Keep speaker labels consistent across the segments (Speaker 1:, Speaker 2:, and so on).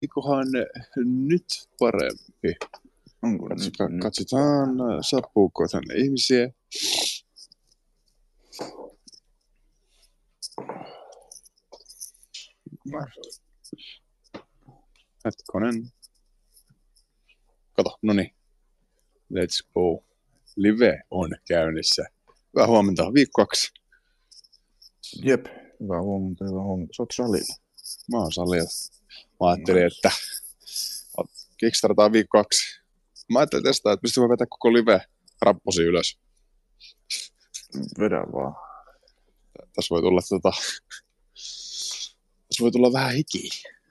Speaker 1: Oikohan nyt parempi?
Speaker 2: Onko nyt?
Speaker 1: Katsotaan, saapuuko tänne ihmisiä. Hetkonen. Kato, noniin. Let's go. Live on käynnissä. Hyvää huomenta, viikko 2.
Speaker 2: Jep, hyvää huomenta. Sä oot salilla.
Speaker 1: Mä oon salilla. Mä ajattelin, että kickstartaa viikko 2. Mä ajattelin testaa, että pystymme vetämään koko live rapposi ylös.
Speaker 2: Vedä vaan.
Speaker 1: Tässä voi tulla tässä voi tulla vähän hikiä.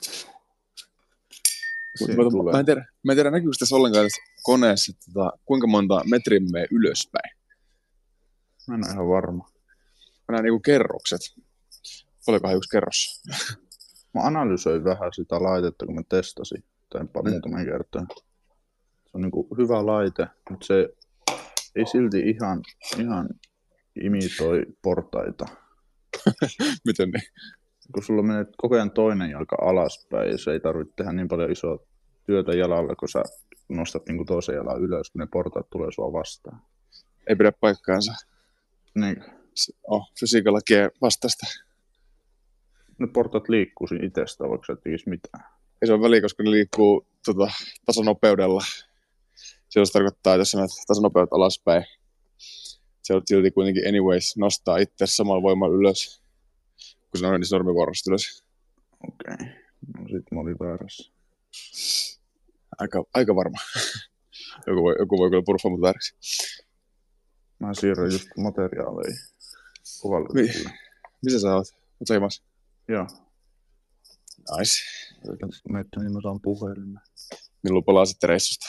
Speaker 1: Mä en tiedä näkyykö tässä ollenkaan tässä koneessa, että kuinka monta metriä menee ylöspäin.
Speaker 2: Mä en ole ihan varma.
Speaker 1: Mä näen niinku kerrokset. Olikohan yksi kerros?
Speaker 2: Mä analysoin vähän sitä laitetta, kun mä testasin muutaman kertaan. Se on niinku hyvä laite, mutta se ei silti ihan imitoi portaita.
Speaker 1: Miten niin?
Speaker 2: Kun sulla menee koko ajan toinen jalka alaspäin, ja se ei tarvitse tehdä niin paljon isoa työtä jalalla, kun sä nostat niinku toisen jalan ylös, kun ne portaat tulee sua vastaan.
Speaker 1: Ei pidä paikkaansa.
Speaker 2: Niin.
Speaker 1: Fysiikalakien vastaista.
Speaker 2: Ne portaat liikkuu siinä itsestään, vaikka sä et tekisi mitään.
Speaker 1: Ei se ole väliä, koska ne liikkuu tasanopeudella. Se tarkoittaa, että jos sanot tasanopeutta alaspäin, se on silti kuitenkin anyways nostaa itse samalla voimalla ylös, kun se on niissä normivuorosta ylös.
Speaker 2: Okei. No sit mä olin väärässä.
Speaker 1: Aika varma. Joku voi kyllä purfaa mut vääräksi.
Speaker 2: Mä siirrän just materiaaleja kovalle.
Speaker 1: Missä sä oot? Oot sä himassa?
Speaker 2: Joo.
Speaker 1: Nice.
Speaker 2: Niin mä saan puhelimen.
Speaker 1: Milloin palaa sitten reissusta?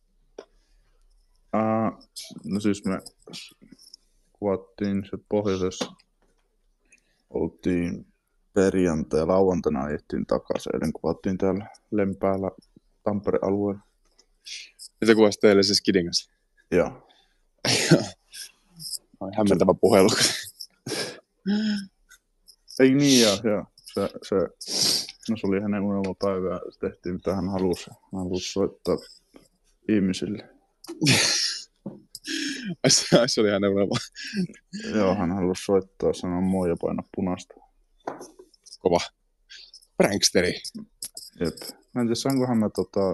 Speaker 2: No siis me kuvattiin se pohjoisessa. Oltiin perjantai ja lauantaina ajettiin takaisin. Eilen kuvattiin täällä Lempäällä Tampereen alueella.
Speaker 1: Ja se kuvasi teille se skidin kanssa?
Speaker 2: Joo.
Speaker 1: Ai hämmentävä puhelu.
Speaker 2: Ei niin, joo. Se oli hänen unelmapäivää. Se tehtiin mitä hän halusi. Hän halusi soittaa ihmisille.
Speaker 1: Se oli hänen unelma.
Speaker 2: Joo, hän halusi soittaa, sanoa moi ja painaa punaista.
Speaker 1: Kova. Pranksteri.
Speaker 2: Jep. Mä en tiedä, saankohan mä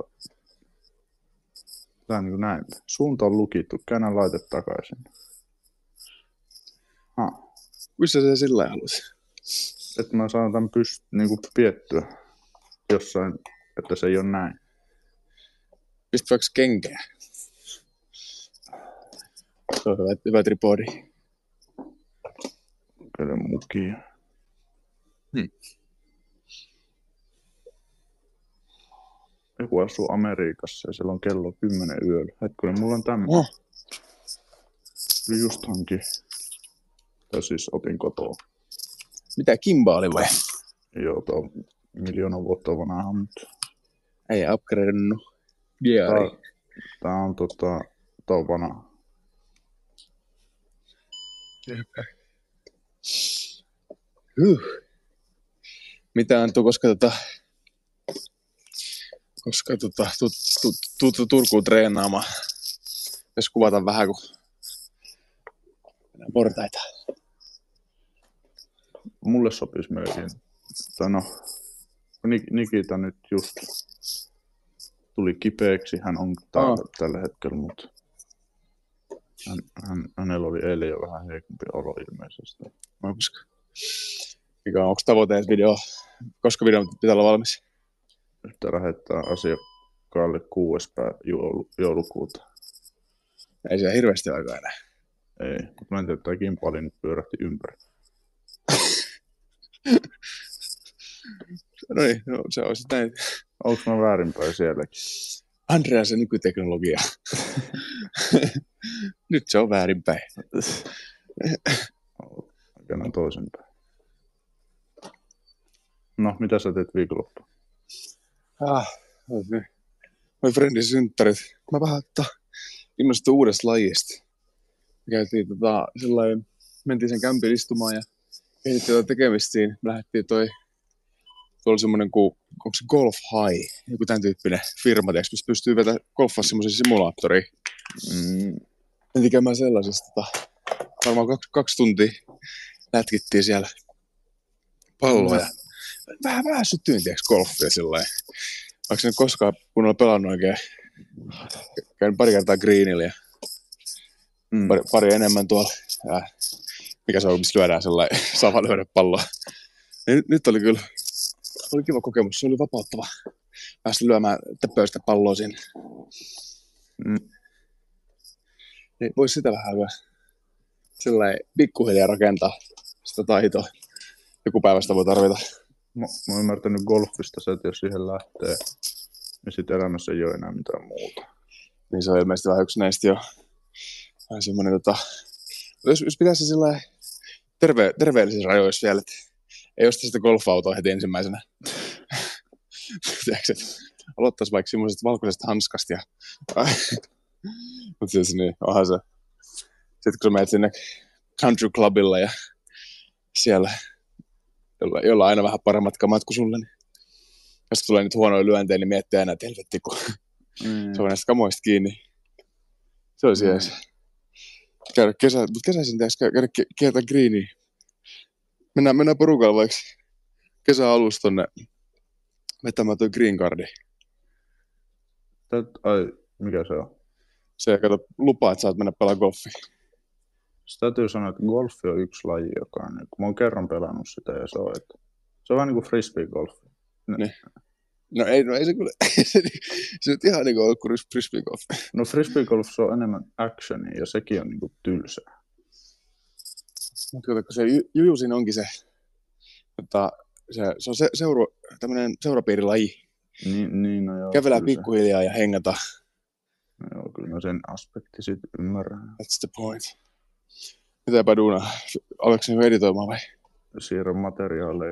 Speaker 2: tää niin kuin näin. Suunta on lukittu, käännä laite takaisin.
Speaker 1: Missä se sillä lailla halusi?
Speaker 2: Että mä saan tämän niinku piettyä jossain, että se ei ole näin.
Speaker 1: Pistä vaikka kenkää. Se on hyvä tripodi.
Speaker 2: Kyllä mukia. Joku asuu Amerikassa ja siellä on kello 10 yöllä. Hetkinen, mulla on tämmöinen. Just hankin. Tai siis otin kotoa.
Speaker 1: Mitä, kimbaali vai?
Speaker 2: Joo, tää on 1,000,000 vuotta vanha, mutta...
Speaker 1: Ei upgradeannut. Diari.
Speaker 2: Tää on tää on vanha.
Speaker 1: Mitä Anttu, koska Turkuun treenaamaan. Jos kuvataan vähän, kun mennään portaita.
Speaker 2: Mulle sopisi melkein. Nikita nyt just tuli kipeäksi. Hän on tällä hetkellä, mutta hänellä oli eilen jo vähän heikompi olo ilmeisesti.
Speaker 1: Onko tavoite ensi video? Koska video pitää olla valmis?
Speaker 2: Pitää lähettää asiakkaalle 6. joulukuuta.
Speaker 1: Ei se hirveästi aikaa enää.
Speaker 2: Ei, mutta mä en tiedä, että tämä kimpaali nyt pyörähti ympäri.
Speaker 1: No niin, se on sitten näin.
Speaker 2: Onko mä väärinpäin sielläkin?
Speaker 1: Andreas ja nykyteknologia. Nyt se on väärinpäin.
Speaker 2: Aikanaan toisinpäin. No, mitä sä teet viikonloppuna?
Speaker 1: Moi friendin synttärit. Mä vähän innostuin uudesta lajista. Me käytiin mentiin sen kämpin istumaan ja kehitettiin tekemistä siinä. Me lähdettiin tuolla semmoinen kuin, onko se Golf High, joku tämän tyyppinen firma, missä pystyy vetämään golfaa semmoisen simulaattoriin. Mentiin käymään sellaisesta. Varmaan 2 tuntia lätkittiin siellä palloja. Vähän syttyin, tiiäks, golfia sillain. Onko se nyt koskaan kunnolla pelannut oikein? Käyn pari kertaa greenillä ja pari enemmän tuolla. Mikä se on, missä lyödään sellainen, saa lyödä palloa. Nyt oli kyllä kiva kokemus, se oli vapauttava. Päästä lyömään pöystä palloa siinä. Niin voisi sitä vähän sellainen pikkuhiljaa rakentaa sitä taitoa. Joku päivästä voi tarvita.
Speaker 2: Mä oon ymmärtänyt golfista se, että jos siihen lähtee, niin sitten elämässä ei ole enää mitään muuta.
Speaker 1: Niin se on ilmeisesti vähän yksi näistä jo. Vähän semmoinen jos pitäisi sellainen terveellisissä rajoissa vielä, että ei osta sitä golf-autoa heti ensimmäisenä. Tiedätkö, aloittaisi vaikka semmoisesta valkoisesta hanskasta. Mutta siis niin, onhan se. Sitten kun sä menet sinne country clubilla ja siellä, jolla on aina vähän paremmat kamat kuin sulle, niin jos tulee nyt huonoja lyöntejä, niin miettii aina, että helvetti, kun se on näistä kamoista kiinni. Se olisi jees. Käydä kesäisin käydä kiertää greeniä. Mennään porukalla vaikka kesän alussa tonne vetämään toi green cardi.
Speaker 2: Ai, mikä se on?
Speaker 1: Se kato lupaa, että saat mennä pelaamaan golfia.
Speaker 2: Se täytyy sanoa, että golfi on yksi laji, joka on, kun mä oon kerran pelannut sitä ja se on, että se on vähän niin kuin frisbee-golfi.
Speaker 1: Niin. No ei se kyllä, se nyt ihan niin kuin ole kuin frisbee-golfi.
Speaker 2: No frisbee-golf se on enemmän actionia ja sekin on niin kuin tylsää.
Speaker 1: Mutta kun se juju siinä onkin se on tämmöinen seurapiirilaji.
Speaker 2: Niin, no joo.
Speaker 1: Kävelää pikkuhiljaa ja hengata.
Speaker 2: No joo, kyllä mä sen aspekti sit ymmärrän.
Speaker 1: That's the point. Mitäpä duuna? Oletko se editoimaan vai?
Speaker 2: Siirrän materiaaleja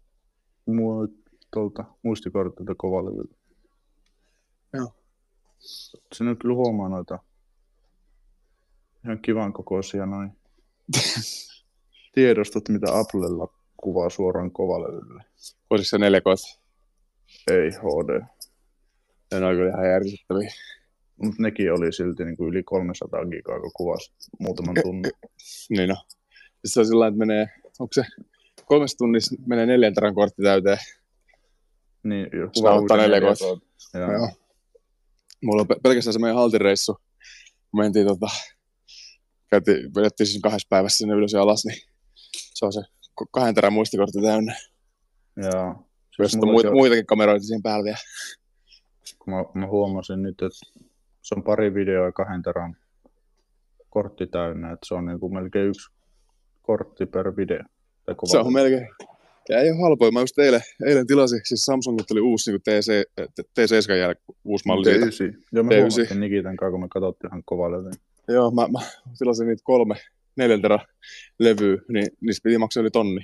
Speaker 2: muistikortilta kovalevyllä.
Speaker 1: Joo.
Speaker 2: Se nyt kyllä huomaa noita ihan kivan kokoisia noin tiedostot, mitä Applella kuvaa suoraan kovalevylle.
Speaker 1: Voisiko se 4K?
Speaker 2: Ei HD.
Speaker 1: Ne on kyllä ihan järjestettäviä.
Speaker 2: Mutta nekin oli silti niin kuin yli 300 gigaa, kun kuvasi muutaman tunnin.
Speaker 1: Niin no. Se on sillä että menee, onko se 3 tunnissa menee 4 teran kortti täyteen.
Speaker 2: Niin,
Speaker 1: se ottaa 4K. Joo. Mulla on pelkästään se meidän haltireissu. Mentiin vedettiin siis 2 päivässä sinne ylös ja alas, niin se on se 2 terän muistikortti täynnä.
Speaker 2: Joo.
Speaker 1: Siis muitakin kameroita siihen päällä vielä.
Speaker 2: Kun mä huomasin nyt, että se on pari videoa 2 terän kortti täynnä, että se on niin kuin melkein 1 kortti per video.
Speaker 1: Se on melkein. Ja ei ole halpoja. Mä just eilen tilasin, siis Samsungit oli uusi niin T7 jälkeen uusi malli.
Speaker 2: T9. Joo, me huomattiin Nikitan kanssa, kun me katsottiin ihan kova levy.
Speaker 1: Joo, mä tilasin niitä 4 terän levyä, niin niistä piti maksaa yli 1 000.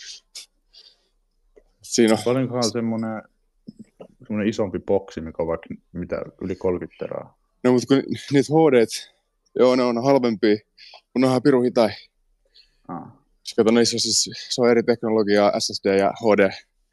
Speaker 1: Siinä on.
Speaker 2: Paljonkohan semmoinen isompi boksi, mikä on vaikka mitä yli 30 terää.
Speaker 1: No, mutta kun niitä HD:t, joo, ne on halvempia, kun ne on ihan pirun hitai. Kato, niissä on siis, se on eri teknologiaa, SSD ja HD.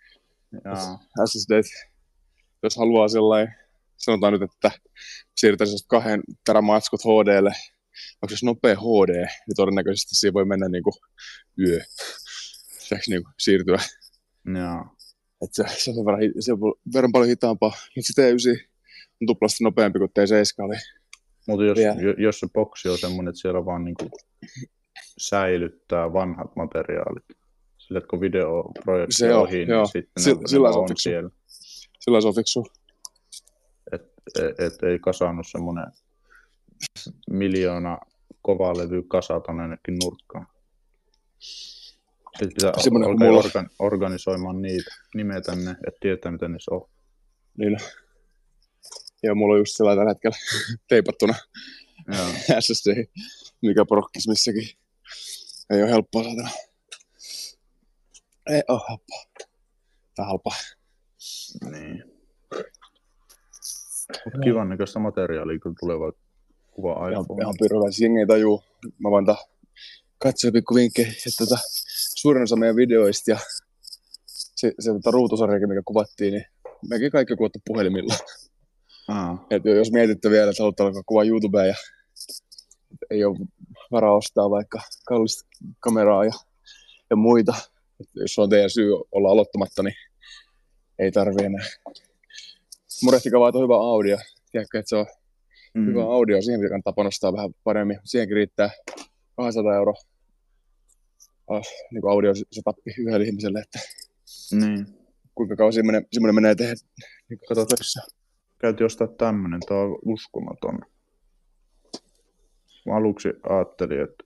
Speaker 1: SSD, jos haluaa sellainen, sanotaan nyt, että siirretään 2 terän matskut HD:lle, onko se nopea HD, niin todennäköisesti siinä voi mennä niinku yö. Niinku siirtyä.
Speaker 2: Joo.
Speaker 1: Että se on verran paljon hitaampaa. Nyt se T9 on tuplasti nopeampi kuin T7 oli.
Speaker 2: Mutta jos se boksi on semmoinen, että siellä vaan niinku säilyttää vanhat materiaalit. Sillä, että kun videoprojekti on ohi, niin sitten ne on siellä.
Speaker 1: Sillä se on fiksu.
Speaker 2: Et ei kasannut semmoinen 1 miljoona kovaa levyä kasata ainakin nurkkaan. Sitten pitää alkaa organisoimaan niitä, nimetä ne, että tietää mitä niissä on.
Speaker 1: Niin. Ja mulla on just sellainen tällä hetkellä teipattuna SSD, mikä prokkis missäkin. Ei ole helppoa saatana. Ei oo helppoa. Tää halpaa.
Speaker 2: Niin. Kivan näköistä materiaalia, kun tulee vaikka kuva iPhone.
Speaker 1: Ihan pirulais, jengi ei tajuu. Mä voin katsoa pikku vinkkejä, että suurin osa meidän videoista ja se ruutusarjakin, mikä kuvattiin, niin mekin kaikki kuvattu puhelimilla. Et jos mietitte vielä, että haluatte alkaa kuvaa YouTubea ja ei ole varaa ostaa vaikka kallista kameraa ja muita, et jos on teidän syy olla aloittamatta, niin ei tarvitse enää. Murehtikaa vaan, että on hyvä audio. Tiedätkö, että se on hyvä audio, siihen kannattaa panostaa vähän paremmin. Siihenkin riittää 200 € niin audio-setappi yhdelle ihmiselle, että kuinka kauan semmoinen menee tehdä niin töissä.
Speaker 2: Käytiin ostaa tämmönen, tää on uskomaton. Mä aluksi ajattelin, että...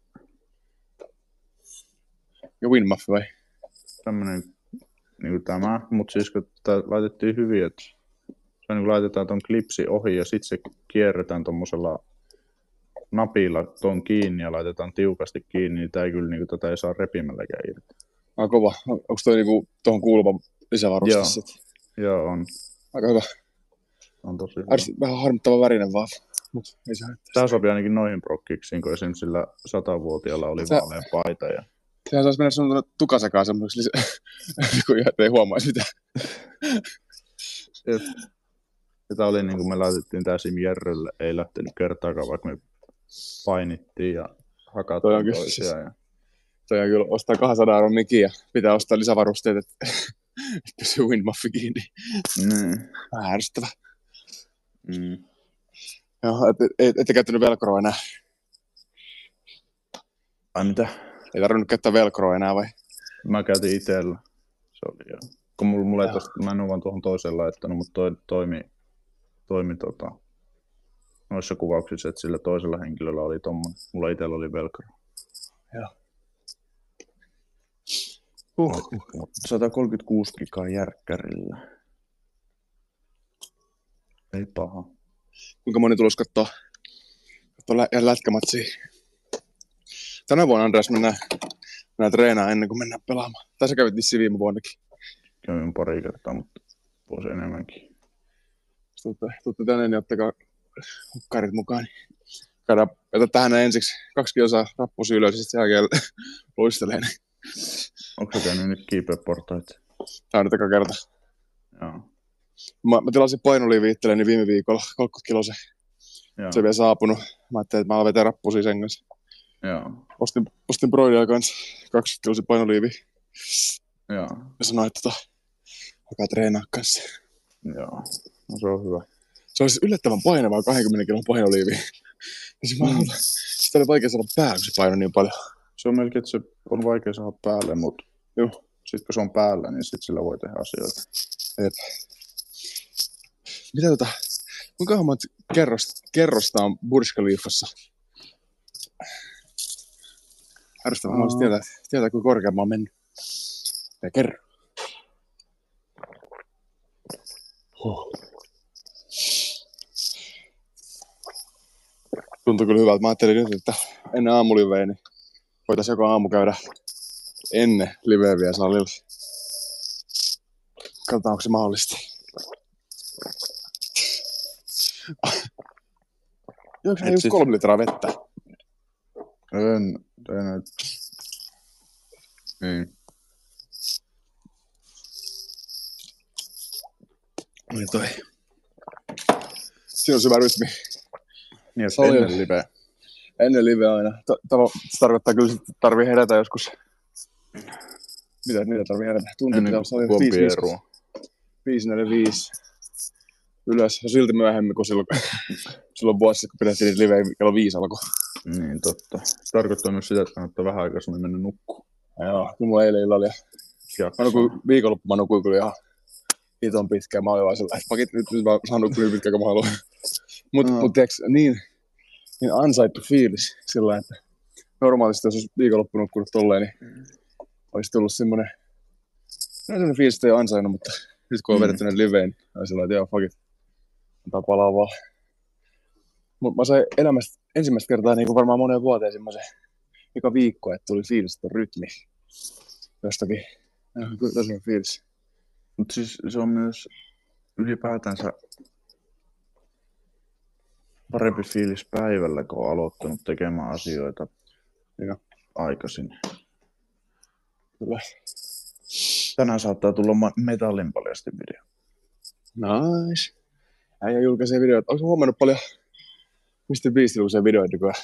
Speaker 1: Ja Winmuff vai?
Speaker 2: Tämmönen niin tämä, mutta siis kun tää laitettiin hyvin, että se niin laitetaan ton klipsi ohi ja sitten se kierretään tommosella napilla ton kiinni ja laitetaan tiukasti kiinni, niin tää ei kyllä, niin tätä ei saa repimälläkään irti.
Speaker 1: Kova. Onko toi niinku tuohon kuuluva lisävaruste sitten?
Speaker 2: Joo, on.
Speaker 1: Aika hyvä.
Speaker 2: On tosi hyvä.
Speaker 1: Vähän harmittava värinen vaan. Mut ei se haittaa.
Speaker 2: Tää sopii ainakin noihin prokkiksiin, kun esimerkiksi sillä 100-vuotiaalla oli vaalea paita. Ja...
Speaker 1: Sehän saisi mennä sun tukasekaan semmoiseksi, kun ei huomaisi mitään.
Speaker 2: Ja tää oli niin kuin me laitettiin tää sim Jerrylle, ei lähtenyt kertaakaan, vaikka me painittiin ja hakattiin toisiaan. Ja...
Speaker 1: Toi on kyllä ostaa 200 € mikin ja pitää ostaa lisävarusteet, että pysyy Winmuffi kiinni. Vähän ärsyttävä. Joo, ette käyttänyt velcroa enää.
Speaker 2: Ai mitä?
Speaker 1: Ei tarvinnut käyttää velcroa enää vai?
Speaker 2: Mä käytin itellä. Se oli jo. Kun mulla ei tosta, mä en ole vaan tuohon toiseen laittanut, mutta toimi noissa kuvauksissa, että sillä toisella henkilöllä oli tommonen. Mulla itellä oli velcro.
Speaker 1: Joo.
Speaker 2: 136 gigaa järkkärillä. Ei paha.
Speaker 1: Kuinka moni tulos kattoo lätkämatsia? Tänä vuonna, Andreas, mennään treenaamaan ennen kuin mennään pelaamaan. Tai sä kävit vissiin viime vuonnakin.
Speaker 2: Kävin pari kertaa, mutta vuosi enemmänkin.
Speaker 1: Tuutte tänne, niin ottakaa hukkarit mukaan. Ota tähän ensiksi 2 kilsaa rappusi ylös ja sitten sen jälkeen luistelee.
Speaker 2: Onko sä käynyt nyt kiipeäportaita?
Speaker 1: Tää on nyt eka kerta.
Speaker 2: Joo.
Speaker 1: Mä tilasin painoliivi itselleni viime viikolla, 30 kilosen. Se ei vielä saapunut. Mä ajattelin, että mä vetän rappusia sen kanssa.
Speaker 2: Joo.
Speaker 1: Ostin Broidia kanssa 20 kilosen painoliivi.
Speaker 2: Joo.
Speaker 1: Ja sanoin, että alkaa treenaa kanssa.
Speaker 2: Joo. No se on hyvä.
Speaker 1: Se olisi yllättävän painavaa 20 kilon painoliivi. Sitä oli vaikea saada päälle, kun se painoi niin paljon.
Speaker 2: Se on melkein, että se on vaikea saada päälle, mutta sitten kun se on päällä, niin sitten sillä voi tehdä asioita.
Speaker 1: Jep. Mitä kuinka monta kerrosta on Burj Khalifassa? Ärsyttävää, mä haluaisin tietää, kuinka korkean mä oon mennyt. Ja kerro. Tuntuu kyllä hyvältä. Mä ajattelin nyt, että ennen aamuliveä, niin voitaisiin joka aamu käydä ennen liveä vielä salilla. Katsotaan, onko se mahdollista. Juoks hän just 3 litraa vettä?
Speaker 2: En. Niin.
Speaker 1: Niin toi. Siinä on syvä rytmi.
Speaker 2: Niin, että ennen liveä.
Speaker 1: Ennen liveä aina. Se tarkoittaa kyllä, että tarvii herätä joskus. Mitä tarvii herätä? Tunti pitää olla 5:45 ylös. Ja silti myöhemmin kuin silloin vuosissa, kun pidettiin niitä livejä kello 5 alkoi.
Speaker 2: Niin, totta. Se tarkoittaa myös sitä, että kannattaa vähän aikaisemmin mennä nukkuun.
Speaker 1: Joo, kun mulla eilen illalla viikonloppu mä nukuin kyllä ihan hiton pitkään. Mä olin vaan sellainen, että pakit nyt mä saan nukkua niin pitkään, kun mä haluan. Mut tiiäks, niin ansaittu fiilis sillä, että normaalisti jos olisi viikonloppu nukkunut tolleen, niin olisi tullut semmoinen fiilis, että ei ole ansainnut, mutta nyt kun on vedetty ne liveen, niin on sellainen, että joo, fuck it, antaa palaa vaan. Mut mä sain elämästä ensimmäistä kertaa niin kuin varmaan moneen vuoteen semmoisen joka viikko, että tuli fiilis, että rytmi jostakin. Kyllä tosi on fiilis.
Speaker 2: Mutta siis se on myös ylipäätänsä parempi fiilis päivällä, kun on aloittanut tekemään asioita aikaisin.
Speaker 1: Kyllä.
Speaker 2: Tänään saattaa tulla metallin paljasti video.
Speaker 1: Nice. Äijä julkaisee videoita. Onko huomannut paljon Mr. Beast julkaisee videoita nykyään?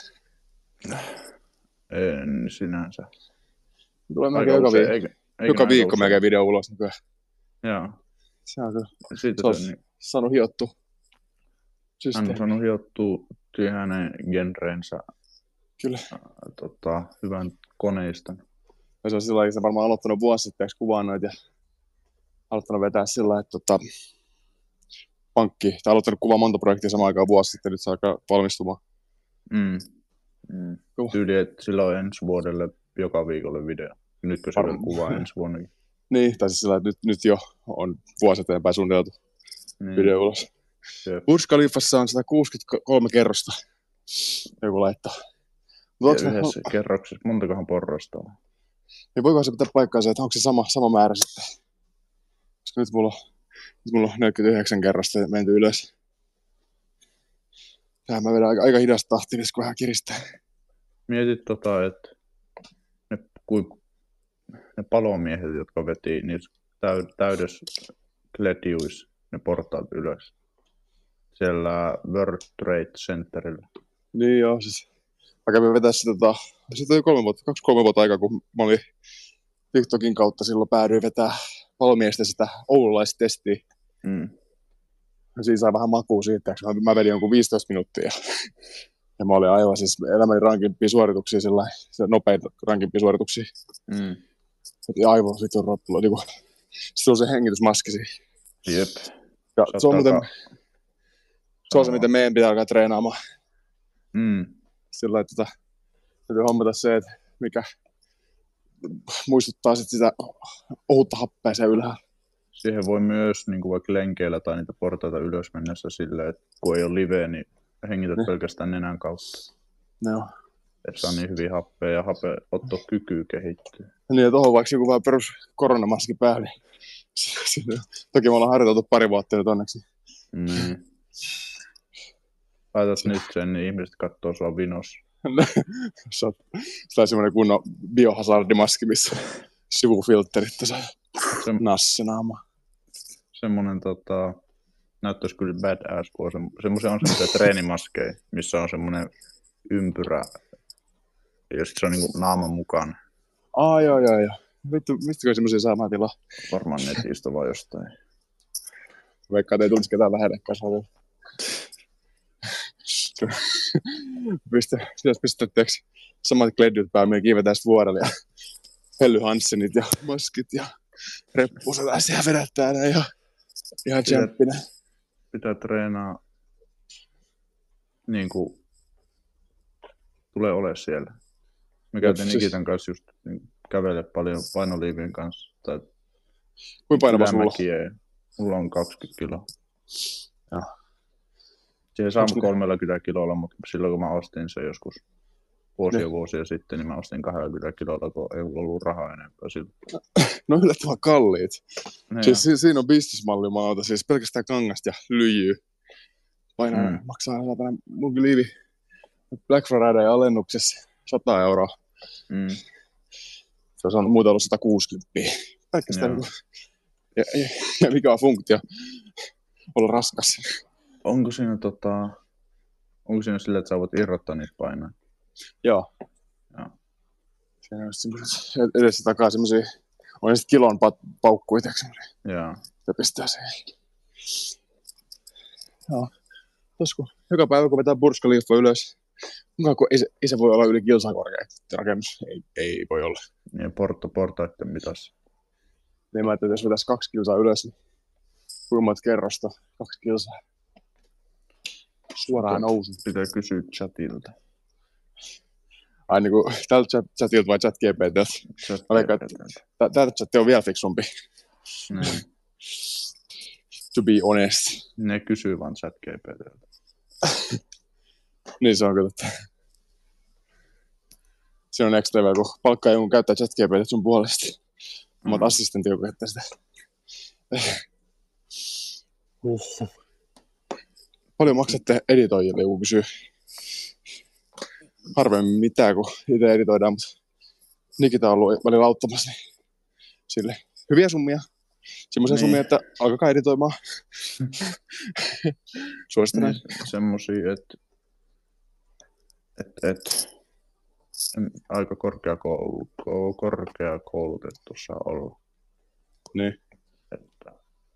Speaker 2: En sinänsä.
Speaker 1: Tulee melkein joka viikko melkein video ulos nykyään.
Speaker 2: Joo.
Speaker 1: Se on kyllä.
Speaker 2: Siitä
Speaker 1: se on saanut hiottua.
Speaker 2: Hän on saanut hiottua hänen genreensä
Speaker 1: kyllä.
Speaker 2: Hyvän koneiston.
Speaker 1: Ja se on sillä lailla, se varmaan aloittanut vuosi sitten kuvannut ja aloittanut vetää sillä lailla, että pankki, tai aloittanut kuvaa monta projektia samaan aikaan vuosi sitten, nyt se alkaa valmistumaan.
Speaker 2: Tyyli, että sillä on ensi vuodelle joka viikolle video. Nytkö se vielä kuvaa ensi vuonnakin?
Speaker 1: Niin, tai siis sillä että nyt jo on vuosi eteenpäin suunniteltu video ulos. Burj Khalifassa on 163 kerrosta. Joku laittaa.
Speaker 2: Yhdessä kerroksessa, montakohan porrasta on?
Speaker 1: Niin voikohan se pitää paikkaansa, että onko se sama määrä sitten? Koska nyt mulla on 49 kerrosta menty ylös. Tähän mä vedän aika hidasta tahtia, kun vähän kiristää.
Speaker 2: Mietit että ne palomiehet, jotka veti niissä täydessä kledjuissa ne portaat ylös. Siellä World Trade Centerillä.
Speaker 1: Niin joo, siis mä kävin vetää sitä, sitten oli 2-3 vuotta aikaa, kun mä olin TikTokin kautta silloin päädyin vetää palomiestä sitä oululaistestiä. Siinä sai vähän makua siitä, että mä vedin jonkun 15 minuuttia. Ja mä olin aivan siis elämäni rankimpia suorituksia, nopeita rankimpia suorituksia. Aivan vitun roppula. Niin se on se hengitysmaski siinä.
Speaker 2: Jep.
Speaker 1: Ja se on se, miten meidän pitää alkaa treenaamaan. Sillä että täytyy hommata se, että mikä muistuttaa sit sitä ohutta happea sen ylhäällä.
Speaker 2: Siihen voi myös niin kuin vaikka lenkeillä tai niitä portaita ylös mennessä silleen, että kun ei ole live, niin hengität pelkästään nenän kautta.
Speaker 1: Joo.
Speaker 2: Että saa niin hyvin happea ja hapeottokyky kehittyy.
Speaker 1: Niin, ja tuohon vaikka joku vähän perus koronamaski päälle. Toki me ollaan harjoiteltu pari vuotta nyt onneksi.
Speaker 2: Niin. Laitat nyt sen, niin ihmiset katsoo sua vinossa.
Speaker 1: Se on semmoinen kunnon biohazardimaski, missä sivufilterit tässä nassinaama.
Speaker 2: Semmoinen näyttäisi kyllä badass, kun on semmoisia treenimaskeja, missä on semmoinen ympyrä, ja sitten se on niinku naaman mukana.
Speaker 1: Joo. Vittu, mistäkö semmoisia saamaan tilaa?
Speaker 2: Varmaan netistä vai jostain.
Speaker 1: Vaikka ei tulisi ketään lähellekään saa vielä. Pitäisi pistää samat kledjut päälle, kiivetään sitten vuorelle ja Helly Hansenit ja maskit ja reppuset ja vedättää näin ja ihan tsemppinä.
Speaker 2: Pitää treenaa niin kuin tulee ole siellä. Me käytiin Nikitan kanssa just kävele paljon painoliivien kanssa.
Speaker 1: Kuinka painava sulla?
Speaker 2: Mulla on 20 kiloa.
Speaker 1: Joo.
Speaker 2: Siihen saa 30 kilolla, mutta silloin kun mä ostin sen joskus vuosia sitten, niin mä ostin 20 kilolla, kun ei ollut rahaa enempää silloin.
Speaker 1: No yllättävän kalliit. Siis siinä on bisnesmallimaalta, siis pelkästään kangasta ja lyijyä. Maksaa munkin liivi Black Friday alennuksessa 100 euroa. Se on muuta ollut 160. Pelkästään ja mikä on funktio? Olla raskas.
Speaker 2: Onko siinä sillä, että sä voit irrottaa niitä painoja?
Speaker 1: Joo. Siinä on semmoiset edessä takaa semmosia, on ne sit kilon paukkuita semmosia.
Speaker 2: Joo.
Speaker 1: Se pistää siihen. Joo. Tosku, joka päivä kun vetää Burj Khalifa ylös, mukaan kun ei se voi olla yli kilsaa korkea rakennus. Ei voi olla.
Speaker 2: Niin portaiden mitassa.
Speaker 1: Niin mä ajattelin, että jos vetäisi 2 kilsaa ylös, niin kuinka monta kerrosta 2 kilsaa. Suoraan nousun.
Speaker 2: Pitää kysyä chatilta.
Speaker 1: Ai niinku tältä chatilta vai ChatGPTltä? Tältä chatti on vielä fiksumpi. To be honest.
Speaker 2: Ne kysyy vaan ChatGPTltä.
Speaker 1: Niin se on kyllä. Se on next level, kun palkkaa jonkun käyttää ChatGPT sun puolesta. Omat assistentti, joka käyttää sitä. Paljon maksatte editoijille, joku kysyy. Harvemmin mitään, kun itse editoidaan, mutta Nikita on ollut välillä auttamassa, niin sille hyviä summia. Semmoisia summia, että alkakaa editoimaan. Suosittelen.
Speaker 2: Niin, semmosia, että aika korkeakoulutettu saa olla.
Speaker 1: Niin.
Speaker 2: Että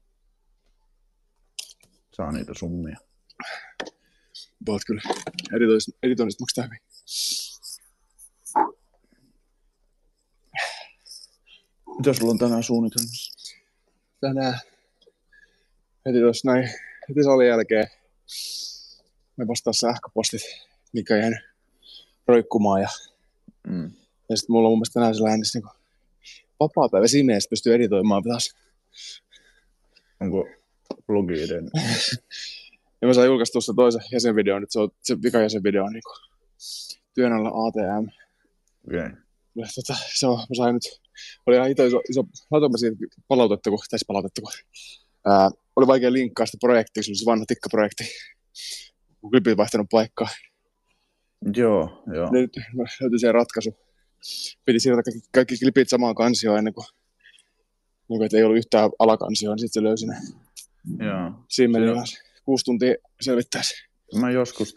Speaker 2: saa niitä summia.
Speaker 1: Vaat kyllä. Editoinnista maksaa hyvin.
Speaker 2: Mitä sulla on tänään suunnitelmassa?
Speaker 1: Tänään heti salin jälkeen me vastaan sähköpostit, mikä on jäänyt roikkumaan. Ja sitten mulla on mun mielestä tänään sellainen niin vapaa-päivä siinä, että pystyy editoimaan taas.
Speaker 2: Onko blogi edennyt?
Speaker 1: Ja mä sain julkaista tuossa toisen jäsenvideon, nyt se vika jäsenvideo on niin työn alla ATM.
Speaker 2: Okei. Okay.
Speaker 1: Mä sain nyt, oli ihan iso laitoin mä siitä palautettu, oli vaikea linkkaa sitä projektia, se oli se vanha tikkaprojekti, kun klipit vaihtanut paikkaa.
Speaker 2: Joo.
Speaker 1: Nyt löytyi siihen ratkaisu. Piti siirtää kaikki klipit samaan kansioon ennen kuin että ei ollut yhtään alakansioon, niin sitten se löysi ne.
Speaker 2: Joo.
Speaker 1: Siinä meni ihan 6 tuntia selvittäisi.
Speaker 2: Mä joskus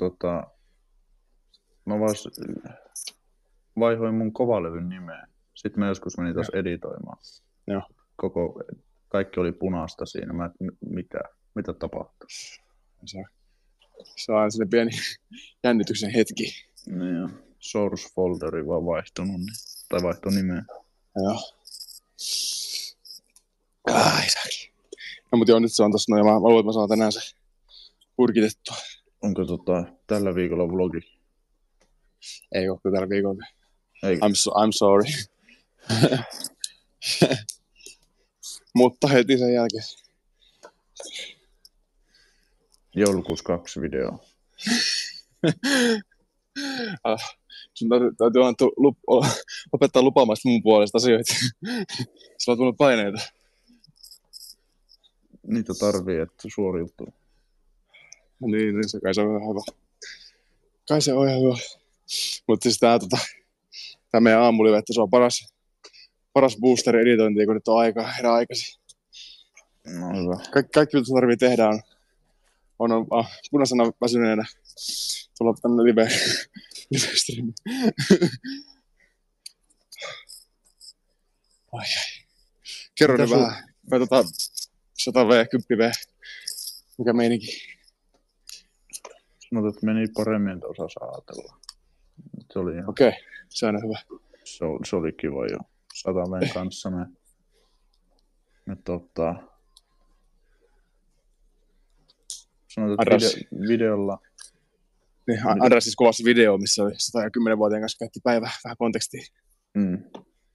Speaker 2: vaihoin mun kovalevyn nimeä. Sitten mä joskus menin taas editoimaan.
Speaker 1: Joo.
Speaker 2: Kaikki oli punaista siinä. Mitä tapahtui?
Speaker 1: Se on sellainen pieni jännityksen hetki.
Speaker 2: Niin, source folderi vaan vaihtunut, tai vaihtoi nimeä.
Speaker 1: Joo. Ai säkin. No mutta joo, nyt se on tossa noin, ja mä luulen, että mä saan tänään se purkitettua.
Speaker 2: Onko tällä viikolla vlogi?
Speaker 1: Ei oo kyllä tällä viikolla.
Speaker 2: Ei.
Speaker 1: I'm sorry. Mutta heti sen jälkeen.
Speaker 2: Joulukuussa 2 videoa.
Speaker 1: Sun täytyy lopettaa lupaamasta mun puolesta asioita. Sillä on tullut paineita.
Speaker 2: Niitä tarvii, että suoriutuu.
Speaker 1: No niin, se kai se on ihan hyvä. Kai se on ihan hyvä. Mutta siis tää meidän aamulive, että se on paras booster-editointia, kun nyt on aikaa herää aikaisin.
Speaker 2: No hyvä.
Speaker 1: Kaikki mitä tarvii tehdä on punaisena väsyneenä tulla tänne live-streamiin. Ai. Kerro nyt vähän. 100V, 10V. Mikä meininki?
Speaker 2: Sanotaan, että meni paremmin, että osasi ajatella. Se oli ihan...
Speaker 1: Okei, se on hyvä.
Speaker 2: Se oli kiva jo. 100V kanssa me sanotaan, että videolla...
Speaker 1: Niin, Andreas siis kuvasi video, missä oli 110-vuotiaan kanssa käytti päivää vähän kontekstia.
Speaker 2: Niin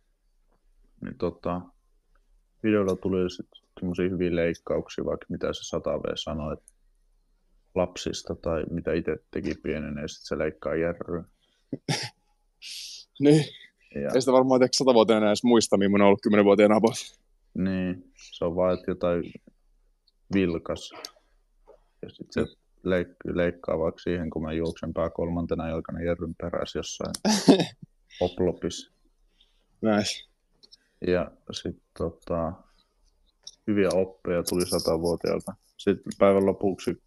Speaker 2: videolla tuli sitten semmosia hyviä leikkauksia, vaikka mitä se 100V sanoi, että lapsista tai mitä itse teki pienenä, ja sitten se leikkaa järryä.
Speaker 1: Niin. Ei sitä varmaan 100-vuotiaana edes muista, millainen on ollut 10-vuotiaana about.
Speaker 2: Niin, se on vaan, että jotain vilkas. Ja sitten se leikkaa vaikka siihen, kun mä juoksen pää 3. jalkana järryn perässä jossain oplopis.
Speaker 1: Nice.
Speaker 2: Ja sitten hyviä oppeja tuli 100-vuotiaalta. Sitten päivän lopuksi,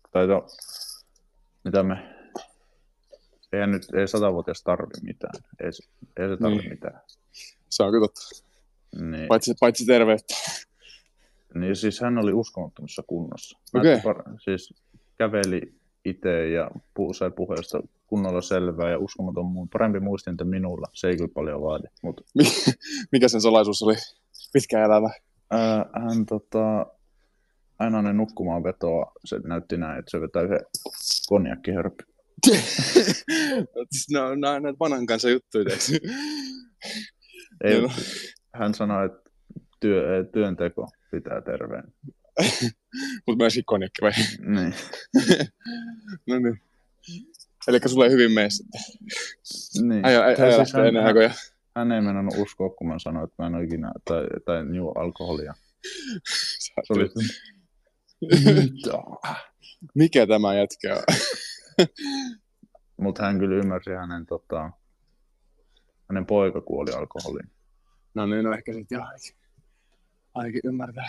Speaker 2: ei 100-vuotias tarvi mitään. Ei se tarvi mitään.
Speaker 1: Se on kyllä totta.
Speaker 2: Niin.
Speaker 1: Paitsi terveyttä.
Speaker 2: Niin siis hän oli uskomattomassa kunnossa.
Speaker 1: Okei.
Speaker 2: Siis käveli itse ja sai puheesta kunnolla selvää ja uskomaton parempi muistinta minulla. Se ei kyllä paljon vaadi. Mutta...
Speaker 1: Mikä sen salaisuus oli? Pitkä elämä.
Speaker 2: Hän aina ennen nukkumaan vetoa, se näytti näin, että se vetää se konjakkihörppi.
Speaker 1: No, näitä vanhan kanssa juttuja teeksi.
Speaker 2: Ei, hän sanoi, että työnteko pitää terveen.
Speaker 1: Mutta myöskin konjakki vai?
Speaker 2: Niin.
Speaker 1: No niin. Elikkä sulla ei hyvin mene sitten.
Speaker 2: Niin. Hän ei mennä uskoa, kun mä sanoin, että mä en ole ikinä, tai juo alkoholia. Se oli...
Speaker 1: Mikä tämä jätkä on?
Speaker 2: Mutta hän kyllä ymmärsi hänen poika kuoli alkoholiin.
Speaker 1: No niin, no ehkä sitten johonkin. ainakin ymmärtää.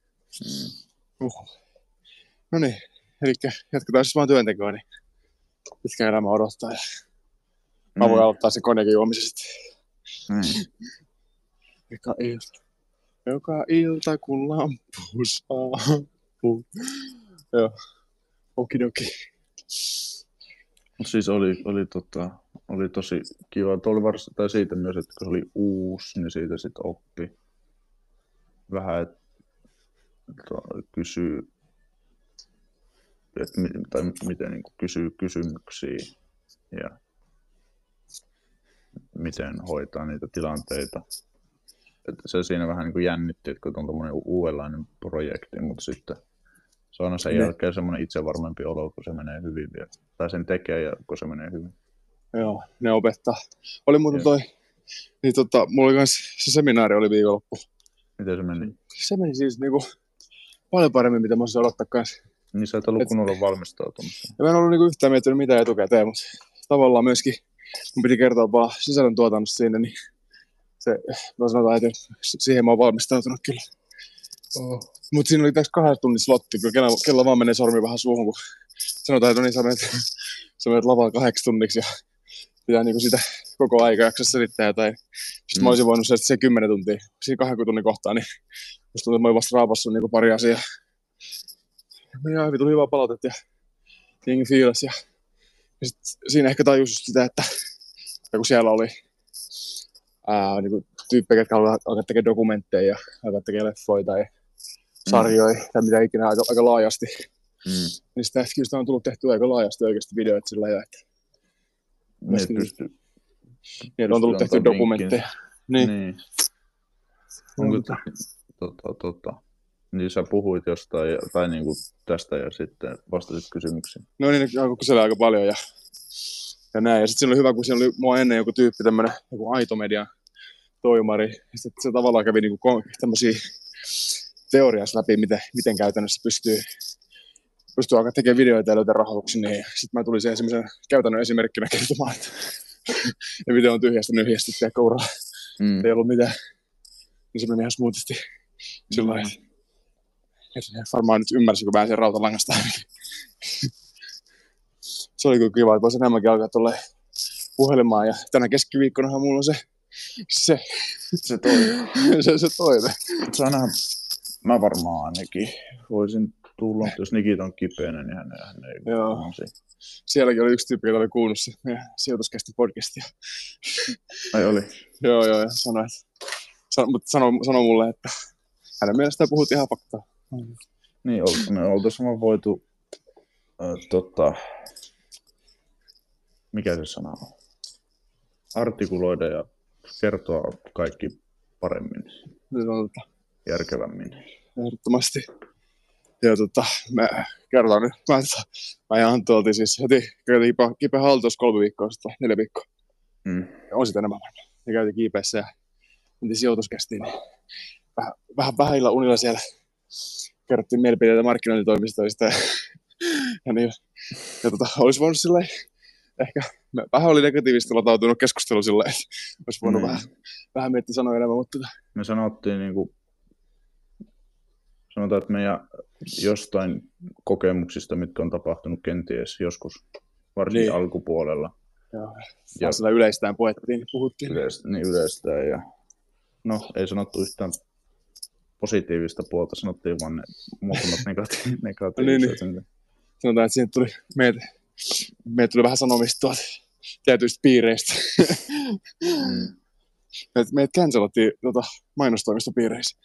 Speaker 1: No niin, eli jatketaan siis vaan työntekoa, niin pitkä elämä odottaa. Mä voin aloittaa sen konjakin juomisen sitten. Joka ilta kun lampu saapuu. Joo, okidoki.
Speaker 2: Mutta siis oli tosi kiva. Tuo oli varsinkin siitä myös, että kun se oli uusi, niin siitä sitten oppi vähän, että kysyy, tai miten niin kysyy kysymyksiä ja miten hoitaa niitä tilanteita. Että se siinä vähän niin kuin jännitti, että kun on tommoinen uudenlainen projekti, mutta sitten se on sen jälkeen semmoinen itsevarmempi olo, kun se menee hyvin vielä. Tai sen tekee, ja kun se menee hyvin.
Speaker 1: Joo, ne opettaa. Oli muuten niin mulla oli kans, se seminaari oli viikonloppu.
Speaker 2: Miten se meni?
Speaker 1: Se meni siis niinku paljon paremmin, mitä mä olisin odottaa kanssa.
Speaker 2: Niin sä et ollut kunnolla valmistautunut.
Speaker 1: Ja mä en ollut niinku yhtään miettinyt mitään etukäteen, mutta tavallaan myöskin mun piti kertoa vaan sisällöntuotannosta siinä, niin mä sanotaan, että siihen mä oon valmistautunut kyllä. Mutta siinä oli täks 2 tunnin slotti, kyllä kello vaan menee sormi vähän suuhun, kun sanotaan, että no niin, sä menet lavalla 8 tunniksi ja pitää niinku sitä koko aika jaksa selittää jotain. Sitten mä olisin voinut se 10 tuntia, siinä 2 tunnin kohtaa, niin musta tuntuu, että mä olin vasta raapassut niinku pari asiaa. Ja hyvin tuli hyvää palautetta ja jengi fiilas. Ja sit siinä ehkä tajus sitä, että kun siellä oli niinku tyyppejä, jotka alkaa tekemään dokumentteja ja alkaa tekemään leffoja tai sarjoja tai mitä ikinä aika laajasti. Niin sitä on tullut tehtyä aika laajasti oikeasti videoita sillä lailla, että niin, on tullut tehtyä dokumentteja. Niin.
Speaker 2: Niin sä puhuit jostain tai niinku tästä ja sitten vastasit kysymyksiin.
Speaker 1: No niin, alkoi kysellä aika paljon ja näin. Ja sitten siinä oli hyvä, kun siinä oli mua ennen joku tyyppi, tämmönen joku Aito Median toimari. Ja sitten se tavallaan kävi niinku tämmösiä teoriassa läpi, miten käytännössä pystyy alkaa tekemään videoita ja löytää rahoituksia. Niin sitten mä tulin siihen semmoisen käytännön esimerkkinä kertomaan, että ja video on tyhjästä nyhjästi tiedäkö uralla. Ei ollut mitään. Niin se meni ihan smoothisti sillä lailla. Varmaan nyt ymmärsin, kun vähän sen rautalangasta. Se oli kyllä kiva, että voisi enemmänkin alkaa tuolle puhelemaan. Ja tänä keskiviikkonahan mulla on se toinen. se toinen.
Speaker 2: Mä varmaan ainakin voisin tulla, jos Nikita on kipeänä, niin hän ei.
Speaker 1: Joo. Sielläkin oli yksi tyyppi, joka oli kuunnut se meidän sijoituskästi podcastia.
Speaker 2: Ai oli?
Speaker 1: Joo, ja sanoi mulle, että hänen mielestään puhut ihan faktaa.
Speaker 2: Niin, me oltaisiin voitu, mikä se sana on, artikuloida ja kertoa kaikki paremmin, järkevämmin.
Speaker 1: Ehdottomasti. Ja me kerrotaan nyt, mä ihan tuoltiin siis heti kipeä haltuus 3 viikkoa sitten, 4 viikkoa. On sitä enemmän varmaan. Ja käytiin kiipeessä ja mentiin sijoituskästiin, niin vähän illalla unilla siellä kerrottiin mielipiteitä markkinointitoimistoista ja niin. Ja olisi voinut silleen, ehkä vähän oli negatiivisesti latautunut keskustelu silleen, että olisi voinut vähän miettiä sanoa enemmän, mutta
Speaker 2: me sanottiin niinku, sanotaan, että meidän jostain kokemuksista, mitkä on tapahtunut kenties joskus, varsinkin alkupuolella.
Speaker 1: Ja sillä yleistään puhuttiin.
Speaker 2: Yleistään ja no ei sanottu yhtään positiivista puolta, sanottiin vaan ne muutamat negatiiviset.
Speaker 1: Niin. Sanotaan, että siinä tuli meille tuli vähän sanomista tuolta tietyistä piireistä. Meidät cancelattiin mainostoimistopiireissä.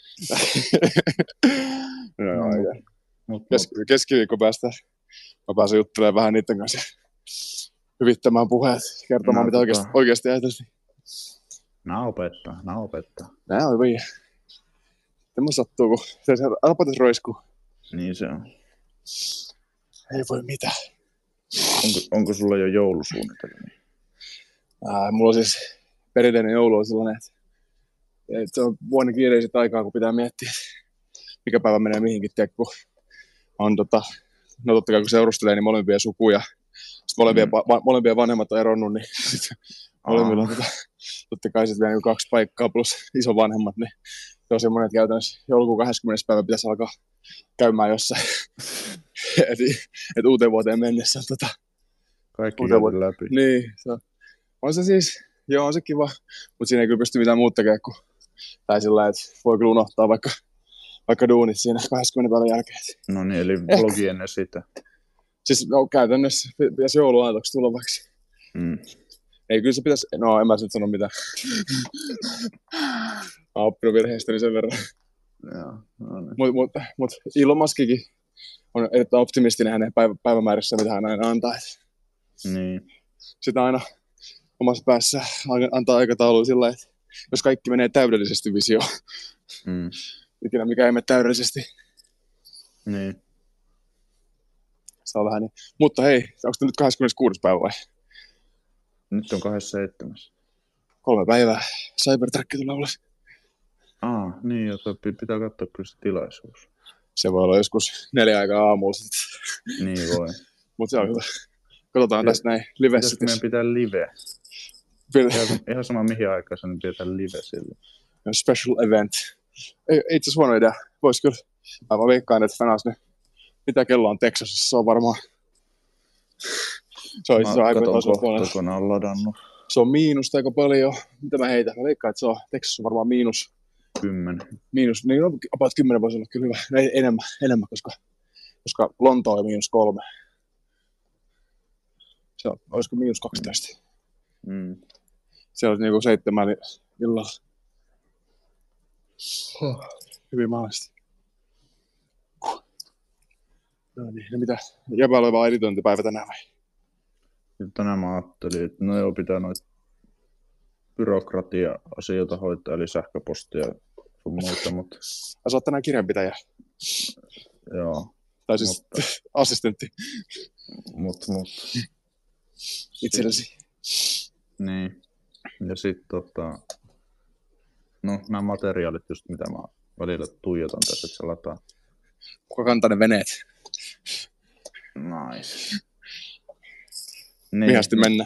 Speaker 1: Keskiviikko päästä mä pääsen juttelemaan vähän niiden kanssa hyvittämään puheet, kertomaan mitä oikeasti ajateltiin.
Speaker 2: Nää opettaa.
Speaker 1: Nää on hyviä. Tämä sattuu, kun se apatis roiskuu.
Speaker 2: Niin se on.
Speaker 1: Ei voi mitään.
Speaker 2: Onko sulla jo joulusuunnitelmia?
Speaker 1: Mulla on siis perinteinen joulu on sellainen, että se on vuoden kiireiset aikaa, kun pitää miettiä, mikä päivä menee mihinkin. Kun on no totta kai kun seurustelee, niin molempia sukuja. Sitten molempia vanhemmat on eronnut, niin molemmilla on totta kai sitten vielä 2 paikkaa plus isovanhemmat, niin Se on semmoinen, että käytännössä joulukuun 20. päivä pitäisi alkaa käymään jossain. et uuteen vuoteen mennessä on
Speaker 2: Kaikki käyty läpi.
Speaker 1: Niin, on se siis, joo on se kiva, mutta siinä ei kyllä pysty mitään muuta tekemään tai sillä että voi kyllä unohtaa vaikka duunit siinä 20 päivän jälkeen.
Speaker 2: No niin, eli vlogi ennen sitä.
Speaker 1: Siis no, käytännössä pitäisi jouluaatoksi tulla vaikka. Ei kyllä se pitäisi, no en mä nyt sano mitään. Mä oon oppinut virheestäni sen verran.
Speaker 2: Joo, no niin.
Speaker 1: Mut Elon Muskikin on erittäin optimistinen hänen päivämäärissä, mitä hän aina antaa.
Speaker 2: Niin.
Speaker 1: Sitä aina omassa päässä antaa aikataulua sillä että jos kaikki menee täydellisesti visioon. Ikinä mikä ei mene täydellisesti.
Speaker 2: Niin.
Speaker 1: Se on vähän niin. Mutta hei, onko tämä nyt 26. päivä vai?
Speaker 2: Nyt on 27.
Speaker 1: 3 päivää. Cybertruck tulee ulos.
Speaker 2: Niin, jota pitää katsoa kyllä se tilaisuus.
Speaker 1: Se voi olla joskus 4 aikaa aamulla sitten.
Speaker 2: Niin voi.
Speaker 1: Mutta se on hyvä. Katsotaan tästä näin livessä.
Speaker 2: Meidän pitää live. Ihan sama mihin aikaan se pidetään live sille.
Speaker 1: Special event. Ei itse asiassa huono idea. Vois kyllä. Mä vaan veikkaan, että fanaas nyt. Mitä kello on Texasissa? Se on varmaan. Se on itse asiassa aika tasopuolella.
Speaker 2: Kokonaan ladannut.
Speaker 1: Se on miinusta aika paljon. Mitä mä heitän? Mä veikkaan, että se on Texas on varmaan miinus.
Speaker 2: 10.
Speaker 1: Miinus, niin about 10 voisi olla kyllä hyvä. Ei, enemmän koska Lontoa on -3. Se on, olisiko -12. Se olisi niinku 7 illalla. Hyvin mahdollisesti. No niin, mitä? Jäbäällä oli vaan editointipäivä tänään vai?
Speaker 2: Tänään mä ajattelin, että no joo, pitää noita byrokratia-asioita hoitaa, eli sähköpostia ja muuta, mutta...
Speaker 1: Sä oot tänään kirjanpitäjä.
Speaker 2: Joo.
Speaker 1: Tai siis assistentti.
Speaker 2: Mut.
Speaker 1: Itsellesi.
Speaker 2: Niin. Ja sit no nämä materiaalit just mitä mä välillä tuijotan tässä, että se lataa.
Speaker 1: Kuka kantaa ne veneet?
Speaker 2: Nice.
Speaker 1: Mihasti mennään.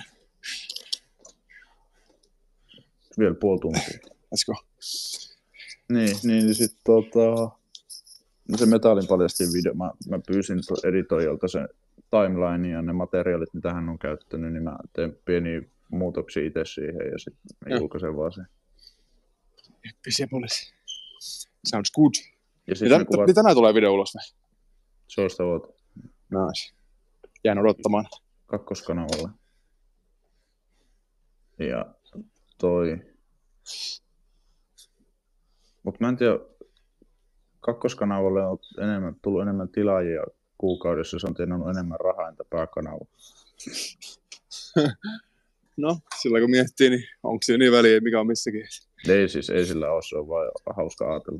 Speaker 2: Vielä puoli tuntia.
Speaker 1: Let's go.
Speaker 2: Niin sit se metallin paljastin video. Mä pyysin editoijalta sen timeline ja ne materiaalit, mitä hän on käyttänyt, niin mä teen pieniä muutoksia itse siihen ja sitten julkaisen vaan sen.
Speaker 1: Eeppisiä poliisi. Sounds good.
Speaker 2: Ja
Speaker 1: niin tänään tulee video ulos vai?
Speaker 2: Se on sitä vuotta.
Speaker 1: Nice. Jään odottamaan.
Speaker 2: Kakkoskanavalle. Ja Mut mä en tiedä, kakkoskanavalle on tullut enemmän tilaajia kuukaudessa, se on tienannut enemmän rahaa entä pääkanava.
Speaker 1: No, sillä kun miettii, niin onko se niin väliä, mikä on missäkin?
Speaker 2: Ei sillä ole, se on vaan hauska ajatella.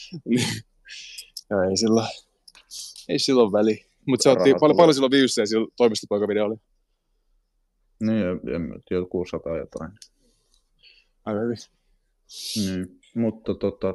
Speaker 1: Joo, ei sillä ole väliä. Mutta se otti paljon silloin viivyssä ja sillä toimistopoikavideo oli.
Speaker 2: Niin, en tiedä, 600 jotain.
Speaker 1: Aika hyvin.
Speaker 2: Niin, mutta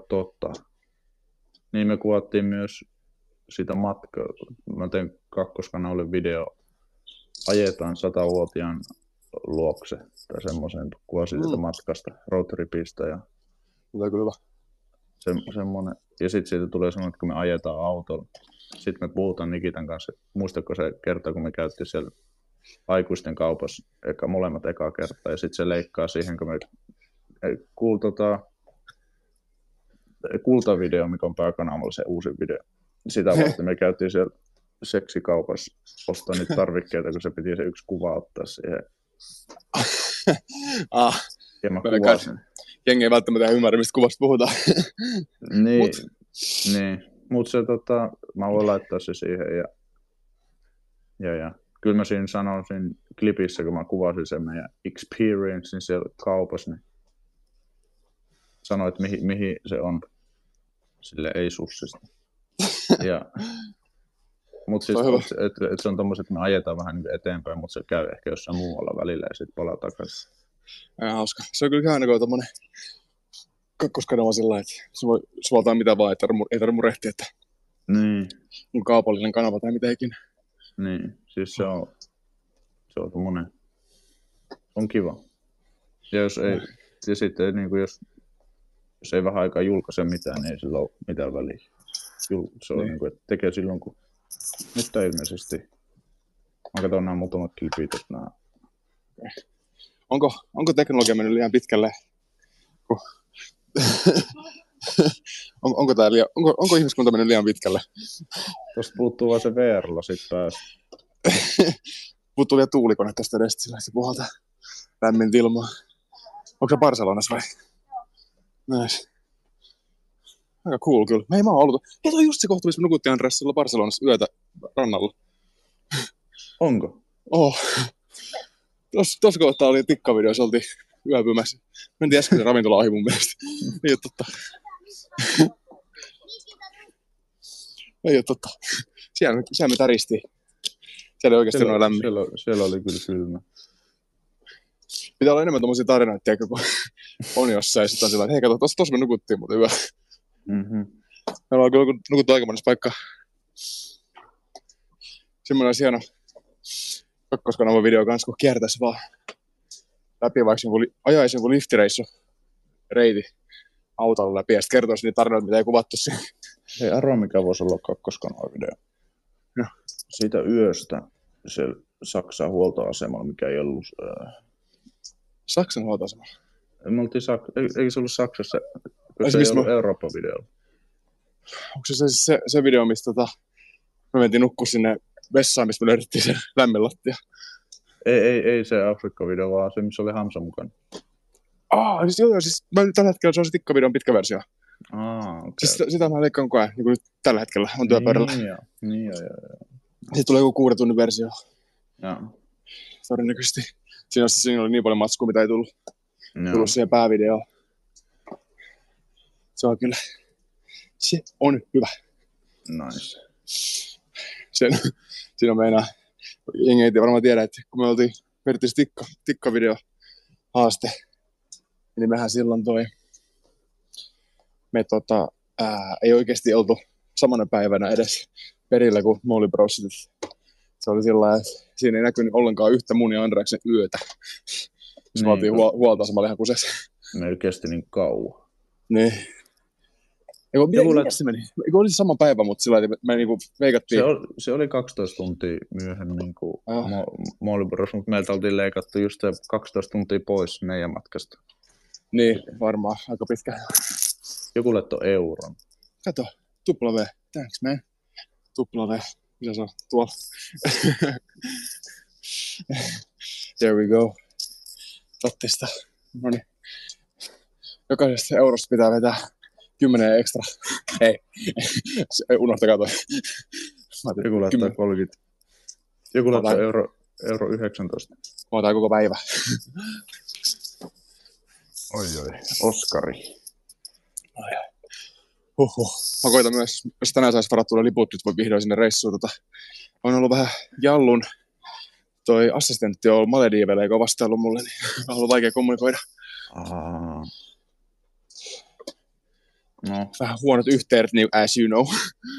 Speaker 2: Niin me kuvattiin myös sitä matkaa. Mä tein kakkoskanavalle video. Ajetaan 100-vuotiaan luokse tai semmoisen kuvasin sitä matkasta, roadtripistä ja
Speaker 1: kyllä hyvä.
Speaker 2: Semmoinen. Ja sitten siitä tulee semmoinen, että kun me ajetaan autolla, sitten me puhutaan Nikitan kanssa, muistatko se kerta, kun me käytiin siellä aikuisten kaupassa molemmat ekaa kertaa, ja sitten se leikkaa siihen, kun me kultavideo, mikä on pääkanavalla se uusi video. Sitä varten me käytiin siellä seksikaupassa ostaa niitä tarvikkeita, kun se piti se yksi kuva ottaa siihen. Ja mä kuvasin.
Speaker 1: Jengi ei välttämättä ymmärrä, mistä kuvasta puhutaan.
Speaker 2: Niin. Mutta se mä voin laittaa se siihen ja kyllä mä siinä sanoisin klipissä, kun mä kuvasin sen meidän experiencein siellä kaupassa, niin sanoin, että mihin se on. Sille ei sussista. Mutta siis, että se on tommoset, että me ajetaan vähän niin eteenpäin, mutta se käy ehkä jossain muualla välillä ja sitten palaa takaisin.
Speaker 1: Hauska. Se on kyllä ihan niin tommonen kakkoskanava sillä, että se voi suoltaa mitä vaan, ei tarvitse murehtia, että on kaupallinen kanava tai mitä ikinä.
Speaker 2: Niin, siis se on tommonen, on kiva. Ja jos ei, ja sitten niin kuin jos ei vähän aikaa julkaise mitään, niin ei sillä ole mitään väliä. Se on
Speaker 1: Niin.
Speaker 2: niin kuin, että tekee silloin, kun nyt on ilmeisesti. Mä katson nämä muutamat klipit, että nämä...
Speaker 1: Onko teknologia mennyt liian pitkälle? Onko ihmiskunta mennyt liian pitkälle?
Speaker 2: Tuosta puuttuu vaan se VR-lasit päästä.
Speaker 1: Puuttuu vielä tuulikone tästä edestä, sillä se puhaltaa lämmintä ilmaa. Onko se Barcelonassa vai? Nice. Aika cool kyllä. Hei, mä oon ollut. Hei, toi on just se kohta, missä me nukuttiin Andreas silloin Barcelonassa yötä rannalla.
Speaker 2: Onko?
Speaker 1: Tuossa kohtaa oli tikkavideossa, oltiin yöpymässä. Mentiin äsken se ravintola ohi mun mielestä. Ei oo totta. Ei oo totta. Siellä me täristiin. Siellä ei oikeasti noin lämmin.
Speaker 2: Siellä oli kyllä kylmä.
Speaker 1: Pitää olla enemmän tommosia tarinoita, kun on jossain. Sitten on sillä, että hei kato, tossa me nukuttiin muuten yö.
Speaker 2: Mm-hmm.
Speaker 1: Me ollaan kyllä nukuttu aika monessa paikkaa. Semmoinen olisi hieno kakkoskanavan video kanssa, kun kiertäisi vaan läpi, vaikka ajaisi jonkun liftireissu reiti autolla läpi ja sitten kertoisi niitä tarinoita, mitä ei kuvattu siihen.
Speaker 2: Hei, arvoa mikä voisi olla kakkoskanavan video.
Speaker 1: No.
Speaker 2: Siitä yöstä se Saksan huoltoasemalla, mikä ei ollut...
Speaker 1: Saksan huoltoasema?
Speaker 2: Me oltiin eikö se ollut Saksassa, kun se ei ollut Eurooppa-videolla?
Speaker 1: Onko se video, missä me mentiin nukkua sinne vessaan, missä me löydettiin se lämmin lattia?
Speaker 2: Ei se Afrikka-video, vaan se, missä oli Hamsa mukana.
Speaker 1: Siis tällä hetkellä se on se tikkavideon pitkä versio.
Speaker 2: Okay.
Speaker 1: Siis sitä mä leikkaan koko ajan, niin kuin nyt tällä hetkellä on työpöydällä.
Speaker 2: Niin joo.
Speaker 1: Sitten tulee joku 6 tunnin versio.
Speaker 2: Joo.
Speaker 1: Todennäköisesti. Siinä oli niin paljon matskua, mitä ei tullut siihen päävideoon. Se on hyvä.
Speaker 2: Nice.
Speaker 1: Siinä on meinaa, jengi ei varmaan tiedä, että kun me vedettiin se tikkavideo haaste, niin mehän silloin ei oikeasti oltu samana päivänä edes perillä kuin Molly Bros. Se oli sillä lailla, että siinä ei näkynyt ollenkaan yhtä mun ja Andreaksen yötä. Me oltiin huoltoasemalla ihan kusessa.
Speaker 2: Meillä kesti niin kauan.
Speaker 1: Niin. Miten se meni? Eikö olisi sama päivä, mutta sillä lailla, me niinku veikattiin.
Speaker 2: Se oli 12 tuntia myöhemmin kuin Molly Bros, mutta meiltä oltiin leikattu just 12 tuntia pois meidän matkasta.
Speaker 1: Niin, varmaan aika pitkä.
Speaker 2: Joku laittoi euron.
Speaker 1: Kato, W. Thanks man. W. Mitä se on? Tuolla. There we go. Tottista. Noniin. Jokaisesta eurosta pitää vetää 10 ekstra. Ei. Unohtakaa toi.
Speaker 2: Joku laittaa 30. Joku laittaa euro 19.
Speaker 1: Mä otan koko päivä.
Speaker 2: Oi. Oskari.
Speaker 1: Mä koitan myös, jos tänään saisi varattua liput, nyt voi vihdoin sinne reissuun. On ollut vähän jallun. Toi assistentti on ollut Maledivelle, eikä ole vastaillut mulle, niin on ollut vaikea kommunikoida.
Speaker 2: No.
Speaker 1: Vähän huonot yhteydet, niin as you know.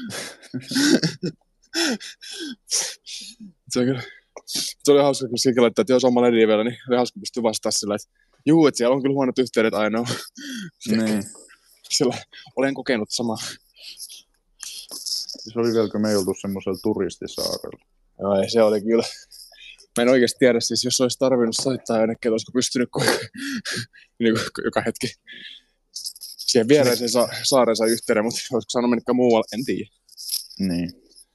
Speaker 1: Se oli hauska, kun siinä laittaa, että jos on Maledivelle, niin oli hauska pystyä vastaamaan sillä, että juu, että siellä on kyllä huonot yhteydet, I know.
Speaker 2: Niin.
Speaker 1: Sillä olen kokenut samaa.
Speaker 2: Se oli vielä, kun me ei oltu semmoisella turistisaarella.
Speaker 1: Joo, se oli kyllä. Mä en oikeasti tiedä, siis jos olisi tarvinnut soittaa jonnekin, olisiko pystynyt niin joka hetki. Siihen viereiseen saareen sai yhteyden, mutta olisiko saanut mennytkään muualle, en tiedä.
Speaker 2: Niin.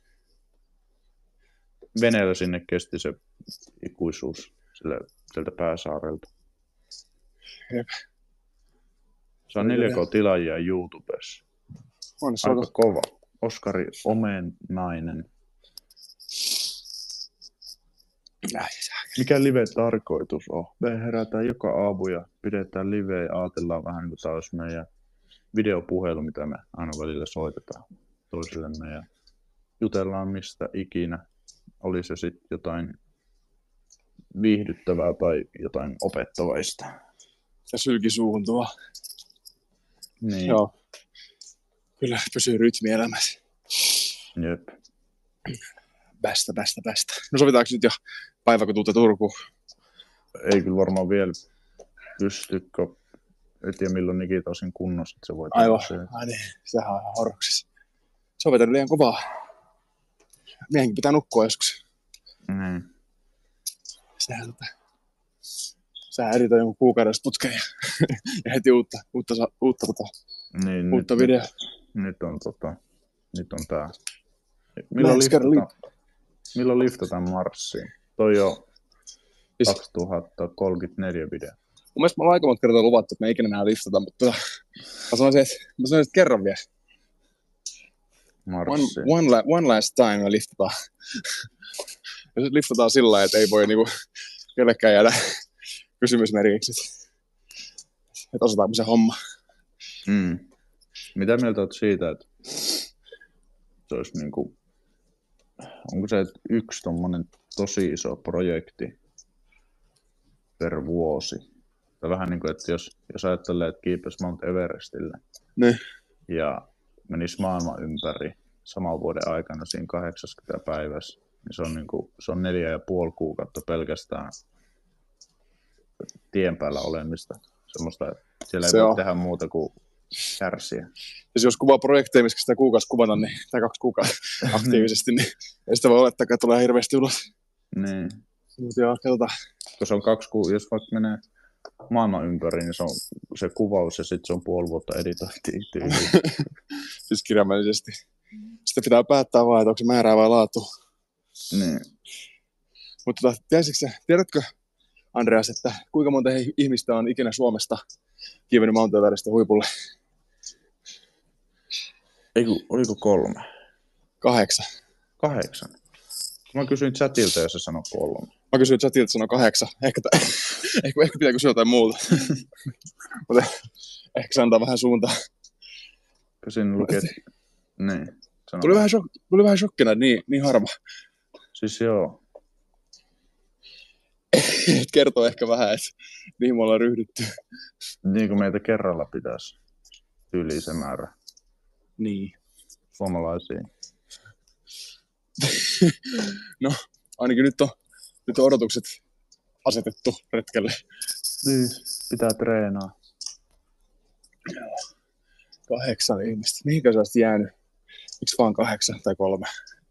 Speaker 2: Veneellä sinne kesti se ikuisuus sieltä pääsaarelta.
Speaker 1: Jep.
Speaker 2: Se on 4K-tilaajia YouTubessa. Aika kova. Oskari Omenainen. Mikä live-tarkoitus on? Me herätään joka aamu ja pidetään live ja ajatellaan vähän niin kuin tämä olisi meidän videopuhelu, mitä me aina välillä soitetaan toisillemme ja jutellaan mistä ikinä. Oli se sitten jotain viihdyttävää tai jotain opettavaista.
Speaker 1: Ja sylkisuuhun tuo.
Speaker 2: Niin.
Speaker 1: Joo. Kyllä pysyy rytmi elämässä.
Speaker 2: Jep.
Speaker 1: Bästä. No sovitaanko nyt jo päivä, kun tuutte Turkuun?
Speaker 2: Ei kyllä varmaan vielä pysty, kun En tiedä milloin Nikita on siinä kunnossa, että se voi
Speaker 1: Aivan.
Speaker 2: tehdä se.
Speaker 1: Ai niin, sehän on ihan horroksissa. Se on vetänyt liian kovaa. Miehenkin pitää nukkua joskus. Sehän editoi jonkun kuukaudessa putkeen ja heti uutta videoa.
Speaker 2: Nyt on tää. Milloin liftataan Marsiin? Toi jo 2034 video.
Speaker 1: Mun mielestä mä oon aika monta kertaa luvattu, että me ei ikinä enää liftata, mutta mä sanoisin, että kerran vielä. One last time me liftataan. Jos liftataan sillä lailla, että ei voi niinku kellekään jäädä kysymysmerkiksi. Että osataanko se homma.
Speaker 2: Mitä mieltä oot siitä, että se olisi niinku, onko se yksi tommonen tosi iso projekti per vuosi? Tai vähän niin kuin, että jos ajattelee, että kiipesi Mount Everestille ja menisi maailman ympäri saman vuoden aikana siinä 80 päivässä, niin se on 4,5 kuukautta pelkästään tien päällä olemista. Semmoista, että siellä ei voi tehdä muuta kuin kärsiä.
Speaker 1: Jos kuvaa projekteja, missä sitä kuukausi kuvata, niin, tai 2 kuukautta aktiivisesti, niin ei sitä voi olettaa, että tulee hirveästi ulos.
Speaker 2: Niin.
Speaker 1: Mutta joo, katsotaan.
Speaker 2: Jos on 2 kuukautta, jos vaikka menee maailman ympäri, niin se on se kuvaus ja sitten se on 5 vuotta editointia tyyliin.
Speaker 1: Siis kirjaimellisesti. Sitten pitää päättää vaan, että onko se määrää vai laatu.
Speaker 2: Niin.
Speaker 1: Mutta tiedätkö, Andreas, että kuinka monta ihmistä on ikinä Suomesta kiivennyt Mount Everestin huipulle?
Speaker 2: Oliko 3?
Speaker 1: 8.
Speaker 2: 8? Mä kysyin chatilta ja se sanoi 3.
Speaker 1: Mä kysyin chatilta, että sanoi 8. Ehkä pitää kysyä jotain muuta. Mutta ehkä se antaa vähän suuntaa.
Speaker 2: Siinä luki, että niin.
Speaker 1: Tuli vähän shokkina, että niin harva.
Speaker 2: Siis joo.
Speaker 1: Kertoo ehkä vähän, että mihin me ollaan ryhdytty.
Speaker 2: Niin kuin meitä kerralla pitäisi yli se määrä.
Speaker 1: Niin.
Speaker 2: Suomalaisia.
Speaker 1: No, ainakin nyt on odotukset asetettu retkelle.
Speaker 2: Niin, pitää treenaa.
Speaker 1: 8 ihmistä. Mihinkä sä olisit jäänyt? Miksi vaan 8 tai 3?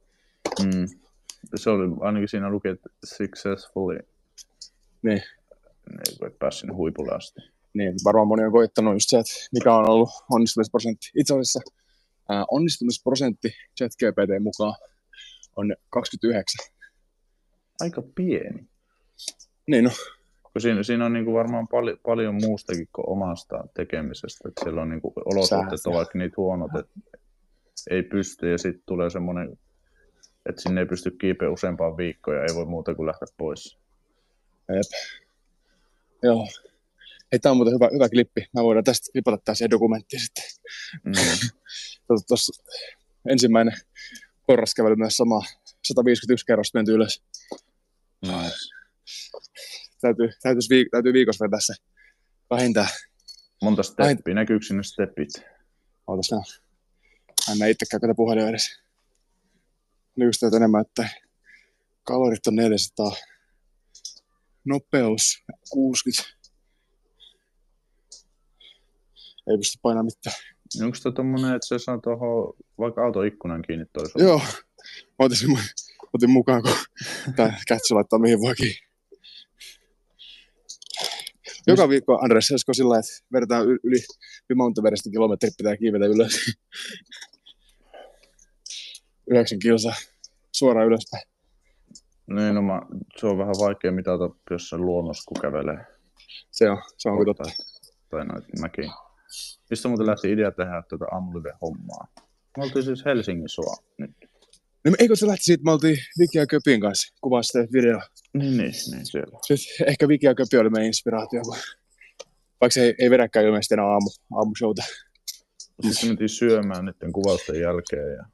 Speaker 2: Se oli ainakin siinä luki, että successfully.
Speaker 1: Niin.
Speaker 2: Ei voi päästä sinne huipulle asti.
Speaker 1: Niin, varmaan moni on koittanut just se, että mikä on ollut onnistumisprosentti. Itse asiassa onnistumisprosentti ChatGPT mukaan on 29.
Speaker 2: Aika pieni.
Speaker 1: Niin no.
Speaker 2: Siinä on niinku varmaan paljon muustakin kuin omasta tekemisestä. Että siellä on niinku olosuhteet ovat niitä huonot, että ei pysty ja sitten tulee semmoinen, että sinne ei pysty kiipeä useampaan viikkoon ja ei voi muuta kuin lähteä pois.
Speaker 1: Jep. Joo. Hei, tää on muuten hyvä klippi. Mä voidaan tästä klipata tää siihen dokumenttiin sitten. Tuossa ensimmäinen porraskävely myös sama. 151 kerrosta menty ylös.
Speaker 2: Nice.
Speaker 1: Täytyy viikossa vetää se vähintään.
Speaker 2: Monta steppiä? Näkyykö sinne steppit?
Speaker 1: Ootas nää. Mä en näe itsekään tätä puhelin edes. Nykyistä enemmän, että kalorit on 400. Nopeus 60. Ei pysty painamaan mitään.
Speaker 2: Onko se tommonen, että se saa tuohon vaikka auton ikkunan kiinni toisaalta?
Speaker 1: Joo. Mä otin mukaan, kun tää kätsy laittaa mihin voi kiinni. Joka viikko, Andres, olisiko sillä että vedetään yli Mount Everestin kilometrit, pitää kiivetä ylös. 9 kilsaa suoraan ylöspäin.
Speaker 2: Niin, no se on vähän vaikea mitata jossain luonnossa, kun kävelee.
Speaker 1: Se on kuin totta.
Speaker 2: Tai noita mäkiä. Mistä muuten lähti idea tehdä tätä AmLive-hommaa? Me oltiin siis Helsingissä nyt.
Speaker 1: No, eikö se lähti siitä, me oltiin Viki ja Köpin kanssa kuvaa sitä videoa.
Speaker 2: Niin siellä.
Speaker 1: Sitten ehkä Viki ja Köpi oli meidän inspiraatio, vaikka se ei vedäkään ilmeisesti enää aamushowta.
Speaker 2: Sitten mentiin syömään niiden kuvausten jälkeen ja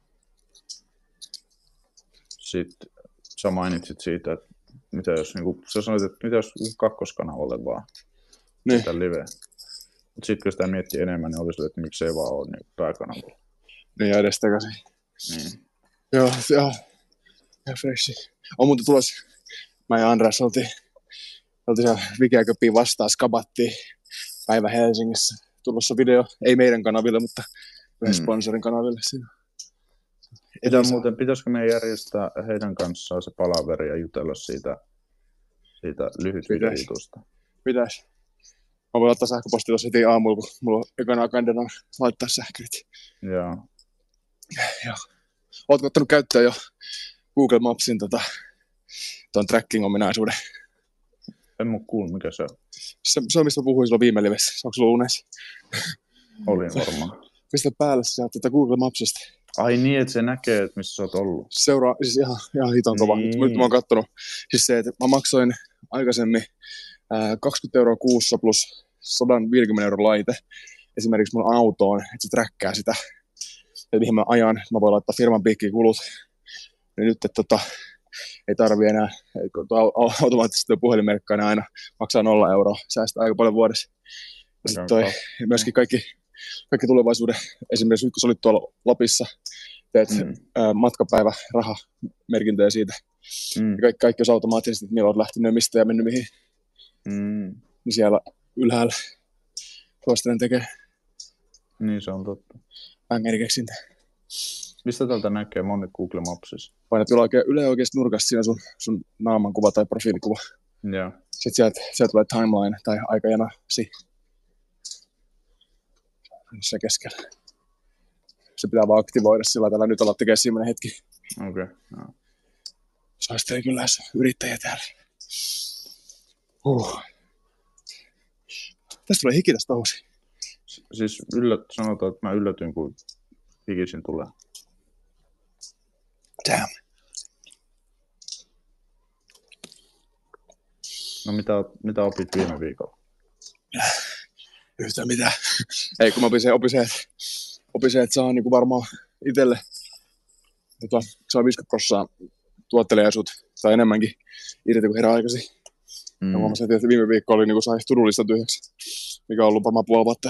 Speaker 2: sitten sä mainitsit siitä, että mitä jos, niin kuin, sä sanoit, että mitä jos kakkoskanavalle vaan sitä liveä. Mutta sitten kun sitä miettii enemmän, niin olisi, että miksei vaan ole niin pääkanavalla.
Speaker 1: Niin ja edes takaisin.
Speaker 2: Niin.
Speaker 1: Joo, ihan freshi. On muuten tulos, mä ja Andreas oltiin siellä Viki ja Köpiin vastaan, skabattiin päivä Helsingissä tulossa video, ei meidän kanaville, mutta yhden sponsorin kanaville siinä.
Speaker 2: Pitäisikö meidän järjestää heidän kanssaan se palaveri ja jutella siitä lyhyt videojutusta?
Speaker 1: Pitäis. Mä voin ottaa sähköpostia tuossa heti aamulla, kun mulla on ekana agendana laittaa sähkörit.
Speaker 2: Joo.
Speaker 1: Ootko ottanut käyttöön jo Google Mapsin tuon tracking-ominaisuuden?
Speaker 2: En mä kuullut, mikä se on.
Speaker 1: Se on, mistä mä puhuin silloin viime livessä. Onko sulla unessa?
Speaker 2: Olin varmaan.
Speaker 1: Pistä päälle sieltä Google Mapsista.
Speaker 2: Ai niin, että se näkee, että missä sä oot ollut.
Speaker 1: Seuraa, siis ihan hiton kova.
Speaker 2: Niin.
Speaker 1: Nyt mä oon kattonut. Siis se, että mä maksoin aikaisemmin 20 € kuussa plus 150 € laite. Esimerkiksi mun autoon, että se träkkää sitä, että mihin mä ajan. Mä voin laittaa firman piikkiin kulut. Ja nyt, että ei tarvii enää, kun automaattisesti tuo puhelinmerkka aina maksaa 0 €, säästää aika paljon vuodessa. Ja sitten myöskin kaikki tulevaisuuden, esimerkiksi nyt kun sä olit tuolla Lapissa, teet matkapäivärahamerkintöjä siitä. Ja kaikki olisi automaattisesti, että milloin olet lähtenyt mistä ja mennyt mihin. Niin siellä ylhäällä suosittelen tekee.
Speaker 2: Niin se on totta.
Speaker 1: Bangeri-keksintä.
Speaker 2: Mistä tältä näkee monet Google Mapsissa?
Speaker 1: Painat yläoikeasta nurkasta siinä sun naaman kuva tai profiilikuva.
Speaker 2: Joo.
Speaker 1: Sitten sieltä tulee timeline tai aikajanasi. Se keskellä. Se pitää vaan aktivoida sillä tavalla. Nyt ollaan tekemään semmoinen hetki.
Speaker 2: Okei.
Speaker 1: Suosittelen kyllä yrittäjiä täällä. Tästä tulee hiki tästä touhusi.
Speaker 2: Siis sanotaan, että mä yllätyin, kun hikisin tulee.
Speaker 1: Damn.
Speaker 2: No mitä opit viime viikolla?
Speaker 1: Yhtään mitään. Ei, kun mä opin se, että saa niinku varmaan itselle saa 50% tuottelijaisuutta tai enemmänkin irti kuin herää aikaisin. Ja huomasin, että viime viikko oli niinku sai turullista tyhjäksi, mikä on ollut varmaan puoli vuotta.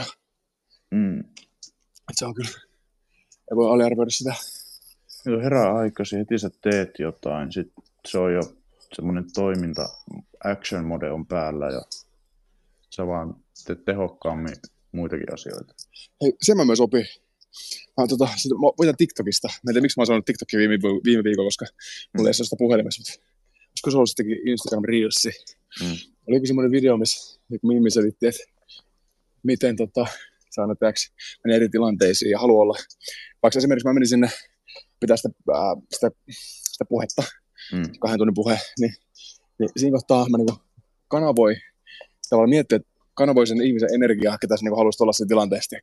Speaker 1: Se on kyllä, ei voi aliarvioida sitä.
Speaker 2: Jos herää aikaisin, heti sä teet jotain, sit se on jo semmoinen toiminta, action mode on päällä ja sä vaan teet tehokkaammin muitakin asioita.
Speaker 1: Hei, sen mä myös opin. Mä voitan TikTokista. Mä en tiedä, miksi mä oon sanonut TikTokia viime viikolla, koska mulla ei ole sitä puhelimessa. Olisiko se ollut sittenkin Instagram Reelsi? Oliko semmoinen video, missä Mimmi selitti, että miten saannettajaksi menee eri tilanteisiin ja haluaa olla. Vaikka esimerkiksi mä menin sinne pitää sitä puhetta, 2 tunnin puhe, niin siinä kohtaa mä niinku kanavoin, tavallaan miettii, että kanavoin sen ihmisen energiaa, ketä se niinku haluaisi olla siinä tilanteessa.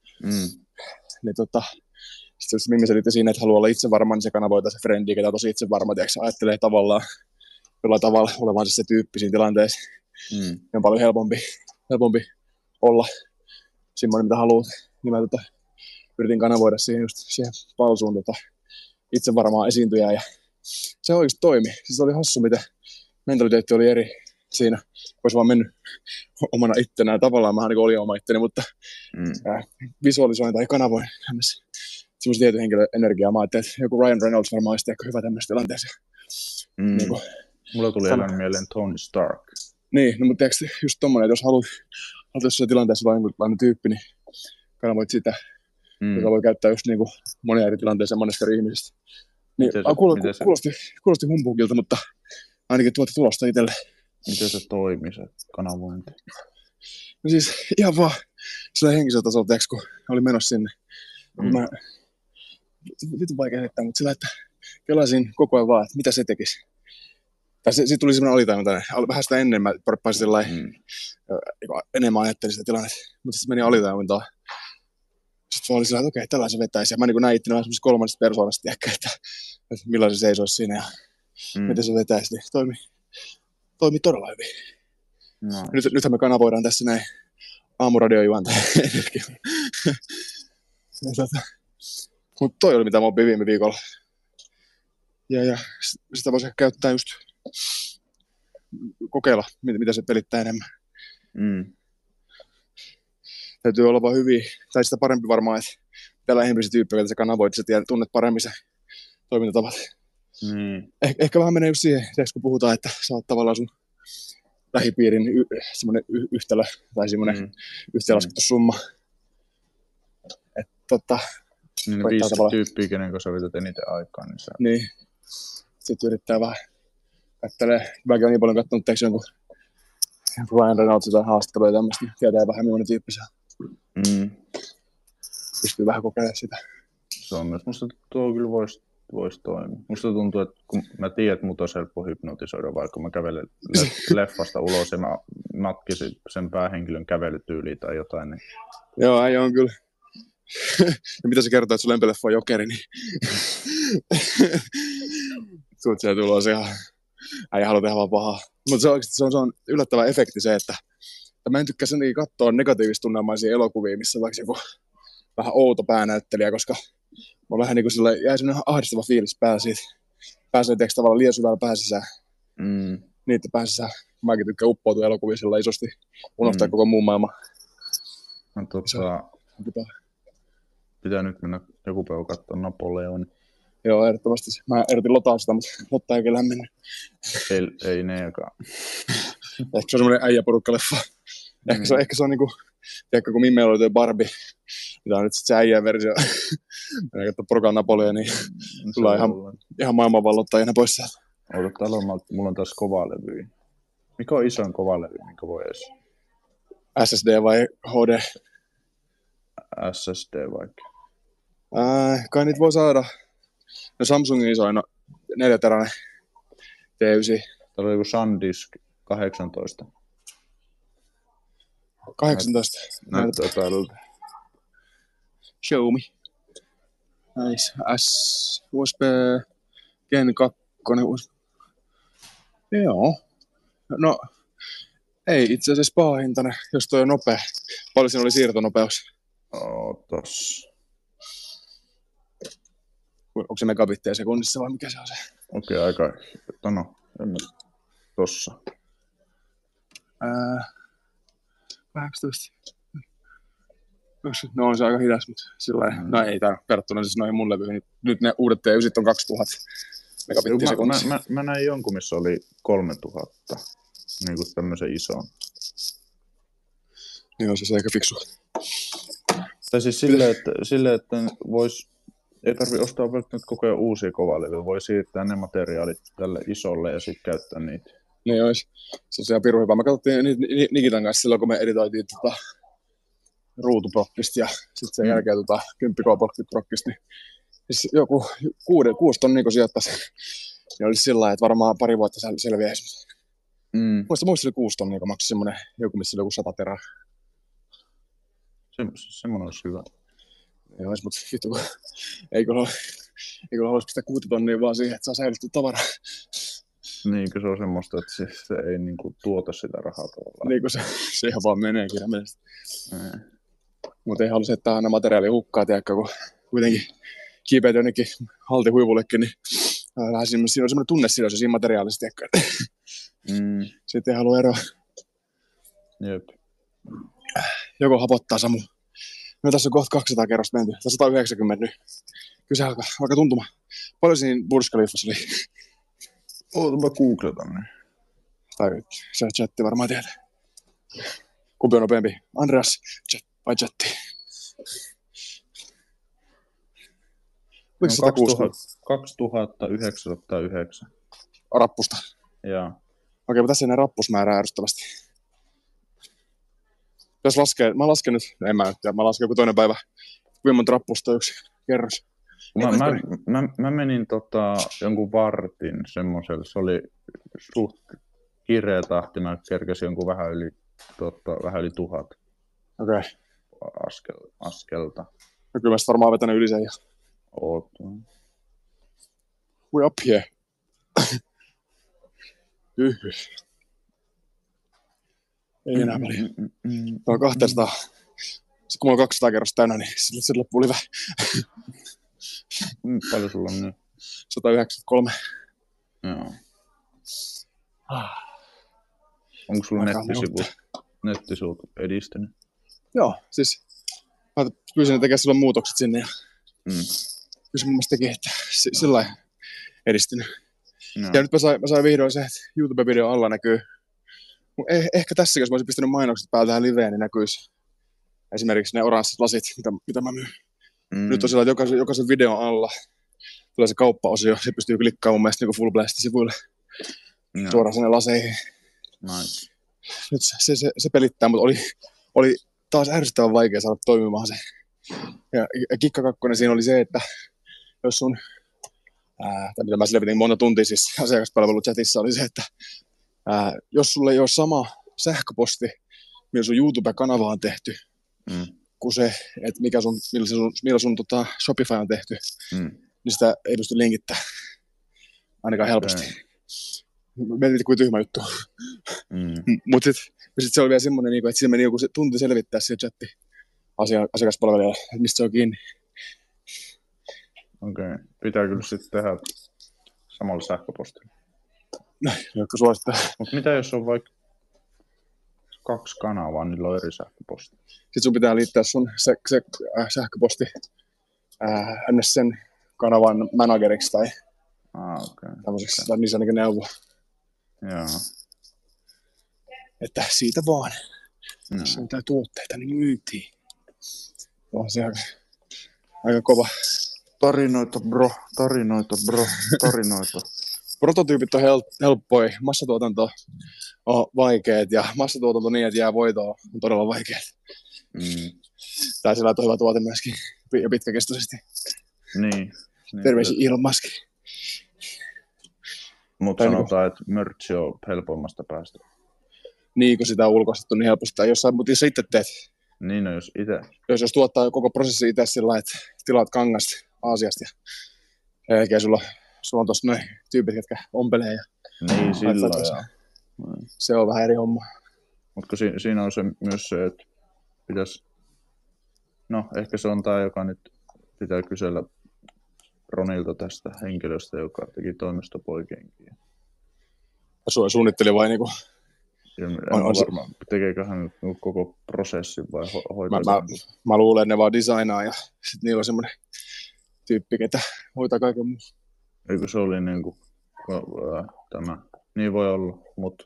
Speaker 1: Niin sitten Mimmi selitti siinä, että haluaa olla itsevarma, niin se kanavoita se frendi, ketä on tosi itsevarma, tiiäks, ajattelee tavallaan jollain tavalla olevansa se tyyppi siinä tilanteessa. On paljon helpompi olla semmoinen, mitä haluat. Niin mä yritin kanavoida siihen pausuun itsevarmaa esiintyjää ja se oikeasti toimi. Siis oli hassu, miten mentaliteetti oli eri siinä. Olisi vaan mennyt omana ittenään. Tavallaan mä niin olin oma itteni, mutta visualisoin tai kanavoin semmoisen tietyn henkilön energiaa. Mä ajattelin, että joku Ryan Reynolds varmaan olisi ehkä hyvä tämmöisessä tilanteessa. Niin kuin,
Speaker 2: mulla tuli elän mieleen Tony Stark.
Speaker 1: Niin, no mutta tiedätkö, just tommoinen, että jos haluat jossain tilanteessa olla jonkinlainen tyyppi, niin kanavoit sitä, joka voi käyttää just niin kuin monia eri tilanteissa monesta eri ihmisistä. Niin, kuulosti humpuukilta, mutta ainakin tuotti tulosta itselle.
Speaker 2: Miten se toimi, se kanavointi?
Speaker 1: No siis ihan vaan sillä henkisellä tasolla, tiiäks, kun oli menossa sinne. Mä, vitun vaikea selittää, mutta sillä, että kelasin koko ajan vaan, että mitä se tekisi. Tai siitä tuli semmoinen alitajuntainen. Vähän sitä ennen mä porppasin sellainen, enemmän ajattelin sitä tilannetta, mutta sitten meni alitajuntaan. Sitten vaan oli sillä, että okei, tällä se vetäisi. Ja mä niin näin itse vähän semmoisesta kolmannesta persoonasta, että milloin se seisoisi siinä ja miten se vetäisi. Niin toimi todella hyvin.
Speaker 2: No.
Speaker 1: Nythän me kanavoidaan tässä näin aamuradiojuontaja energiaa. Mutta toi oli mitä mä opin viime viikolla. Ja sitä voisi käyttää just kokeilla, mitä se pelittää enemmän. Täytyy olla vaan hyvin, tai sitä parempi varmaan, että tällä ihmisen tyyppiä, että sä kanavoit, että sä tunnet paremmin se toimintatavat. Ehkä vähän menee just siihen, kun puhutaan, että sä oot tavallaan sun lähipiirin semmoinen yhtälö tai semmoinen yhteenlaskettu summa.
Speaker 2: Niin 5 tyyppiä, kenen kanssa vietät eniten aikaa.
Speaker 1: Niin. Sitten yrittää vähän kattelee. Mäkin olen niin paljon katsonut teeksi jonkun Ryan Reynoldsin tai haastattelua ja tämmöistä, niin tietää vähän millainen tyyppi se on. Pystyy vähän kokeilemaan sitä.
Speaker 2: Se on myös. Musta tuo kyllä voisi toimia. Musta tuntuu, että kun mä tiedän, että mut olisi helppo hypnotisoida, vaikka mä kävelen leffasta ulos ja mä matkisin sen päähenkilön kävelytyyliin tai jotain. Niin...
Speaker 1: Joo, äijä on kyllä. Ja mitä se kertoo, että sun lempileffa on Jokeri, niin sut sieltä ulos ihan äijä haluaa tehdä vaan pahaa. Mutta se on yllättävä efekti se, että mä en tykkää sen takia katsoa negatiivistunnelmaisia elokuvia, missä on vaikka joku vähän outo päänäyttelijä, koska mä vähän niin kuin sillä jäi sellainen ahdistava fiilis päällä siitä. Pääsee teeksi tavallaan liian syvällä pääsisään. Niitä pääsisään. Mäkin tykkään uppoutua elokuvia sillä isosti. Unohtaa koko muun maailman.
Speaker 2: Pitää nyt mennä joku päivä katsoa Napoleon.
Speaker 1: Joo, ehdottomasti. Mä ehdotin Lotaa sitä, mutta Lotta eikä lämmennyt.
Speaker 2: Ei neekaan.
Speaker 1: Ehkä se on semmoinen äijäporukkaleffa. Ehkä se on niinku, tiedätkö, kun Mimmeillä oli toi Barbie, mitä on nyt sit se äijän versio. Mennään katsoa porukan Napoleon, niin tullaan ihan maailmanvallottajana pois sieltä.
Speaker 2: Oota, täällä mulla on taas kovalevy. Mikä on isoin kovalevy, minkä voi edes?
Speaker 1: SSD vai HD?
Speaker 2: SSD vaikka.
Speaker 1: Kai niitä voi saada. No Samsungin isoin on 4-teräinen T9.
Speaker 2: Täällä on joku SanDisk 18.
Speaker 1: 18.
Speaker 2: Näyttää tältä.
Speaker 1: Show me. Nice. USB Gen 2. Joo. No, ei itse asiassa pahintainen, jos toi on nopea. Paljon siinä oli siirtonopeus?
Speaker 2: Ootas.
Speaker 1: Onko se megabitteja sekunnissa vai mikä se on se?
Speaker 2: Okei, aika. No, tossa.
Speaker 1: 18. No on se aika hidas, mutta sillain, no ei tää verrattuna siis noihin mun levyihin. Nyt ne uudet T9 on 2000 megabittiä sekunnissa.
Speaker 2: Mä näin jonkun, missä oli 3000. Niinku tämmösen ison.
Speaker 1: Joo, se on aika fiksu.
Speaker 2: Tai siis silleen, että ei tarvitse ostaa välttämättä koko ajan uusia kovalevyjä. Voi siirtää ne materiaalit tälle isolle ja sitten käyttää niitä.
Speaker 1: Niin olisi. Se on ihan pirun hyvä. Mä katsottiin Nikitan kanssa silloin, kun me editoitiin ruutuprokkista ja sitten sen jälkeen 10K-prokkista. Niin siis joku 6 tonnia kun sijoittaisi, niin olisi sillä lailla, että varmaan pari vuotta selviäisi. Muista oli 6 tonnia, kun maksoi semmoinen joku, missä oli joku 100 terää.
Speaker 2: Semmoinen olisi hyvä.
Speaker 1: Joo, mutta vittu, ei kyllä haluaisi pistää 6 tonnia vaan siihen, että saa säilyttää tavaraa.
Speaker 2: Niin, kun se on semmoista, että se ei niinku tuota sitä rahaa tavallaan.
Speaker 1: Niin, kun se ihan vaan menee kirjaimellisesti. Mutta ei haluaisi jättää aina materiaalia hukkaa, tiedäkö, kun kuitenkin kiipeät jonnekin haltihuivullekin, niin siinä on semmoinen tunnesidous siinä materiaalissa, tiedäkö. Sitten ei halua eroa.
Speaker 2: Jep.
Speaker 1: Joko hapottaa Samu. No tässä on kohta 200 kerrosta menty. Tässä 190 nyt. Kyllä se alkaa tuntumaan. Paljon siinä Burj Khalifassa oli?
Speaker 2: Mä googletan ne.
Speaker 1: Tai se chatti varmaan tietää. Kumpi on nopeampi? Andreas vai chatti?
Speaker 2: Oliko 2909.
Speaker 1: Rappusta?
Speaker 2: Joo.
Speaker 1: Okei, mutta tässä ei enää rappusmäärää ärsyttävästi. Jos laskee, mä lasken nyt, mä lasken joku toinen päivä, kuinka monta rappusta yksi kerros.
Speaker 2: Mä menin jonkun vartin semmoiselle, se oli suht kireä tahti, mä kerkesin jonkun vähän yli 1000 askelta.
Speaker 1: No kyllä mä sit varmaan vetänyt yli sen ja...
Speaker 2: Oot.
Speaker 1: We up here. Ei enää paljon. Tuo on 200. Sitten kun mulla on 200 kerrosta täynnä, niin se loppuu live.
Speaker 2: Paljon sulla on nyt?
Speaker 1: 193.
Speaker 2: Joo. Onko sulla nettisivut edistynyt?
Speaker 1: Joo, siis mä pyysin tekemään silloin muutokset sinne ja kyllä se mun mielestä teki, että sillä lailla edistynyt. No. Ja nyt mä sain vihdoin se, että YouTube-video alla näkyy Ehkä tässäkin, jos mä olisin pistänyt mainokset päälle tähän liveen, niin näkyisi esimerkiksi ne oranssit lasit, mitä mä myyn. Nyt on sillä, että jokaisen videon alla tulee se kauppaosio, se pystyy klikkaamaan mun mielestä niin Full Blast-sivuille suoraan sinne laseihin.
Speaker 2: Nice.
Speaker 1: Nyt se pelittää, mutta oli taas ärsyttävän vaikea saada toimimaan se. Ja kikka kakkonen siinä oli se, että jos sun, tai mitä mä selvitin monta tuntia siis asiakaspalvelun-chatissa, oli se, että jos sulle ei ole sama sähköposti, millä sun YouTube-kanava on tehty, kuin se, että millä sun Shopify on tehty, niin sitä ei pysty linkittämään ainakaan helposti. Meillä kuin tyhmä juttu. Mutta sitten se oli vielä semmoinen, että siinä meni joku tunti selvittää siihen chatti asiakaspalvelijalle, että mistä se on kiinni.
Speaker 2: Okei. Pitää kyllä sitten tehdä samalla sähköpostilla.
Speaker 1: No, jotka suosittaa.
Speaker 2: Mutta mitä jos on vaikka 2 kanavaa, niillä on eri sähköposti?
Speaker 1: Sitten sun pitää liittää sun sähköposti sen kanavan manageriksi tai tämmöiseksi, tai niin se ainakin neuvo.
Speaker 2: Joo.
Speaker 1: Että siitä vaan, jos on jotain tuotteita, niin myyntiin. On se aika kova.
Speaker 2: Tarinoita, bro.
Speaker 1: Prototyypit on helppoja, massatuotanto on vaikeet ja massatuotanto niin, että jää voitoa on todella vaikeet. Tai sillä on hyvä tuote myöskin ja pitkäkestoisesti.
Speaker 2: Niin.
Speaker 1: Terveisiä Elon Musk.
Speaker 2: Mutta sanotaan, että merch on helpoimmasta päästä.
Speaker 1: Niin, kun sitä on ulkoistettu niin helposti. Tai jos sä itse teet.
Speaker 2: Niin, no jos itse.
Speaker 1: Jos tuottaa koko prosessi itse sillä lailla, että tilaat kangasta Aasiasta ja eikä sulla on tossa noin tyypit, jotka ompelee. Ja
Speaker 2: niin, sillä
Speaker 1: se on vähän eri homma.
Speaker 2: Mutta siinä on se myös se, että pitäisi, no ehkä se on tämä, joka nyt pitää kysellä Ronilta tästä henkilöstä, joka teki toimistopoikeenkin.
Speaker 1: Suunnitteli vai niinku?
Speaker 2: On varmaan, tekeekö hän koko prosessin vai hoitaa?
Speaker 1: Mä luulen, että ne vaan designaa ja sitten niillä on semmoinen tyyppi, ketä hoitaa kaiken muun.
Speaker 2: Eikö se oli niinku tämä? Niin voi olla, mutta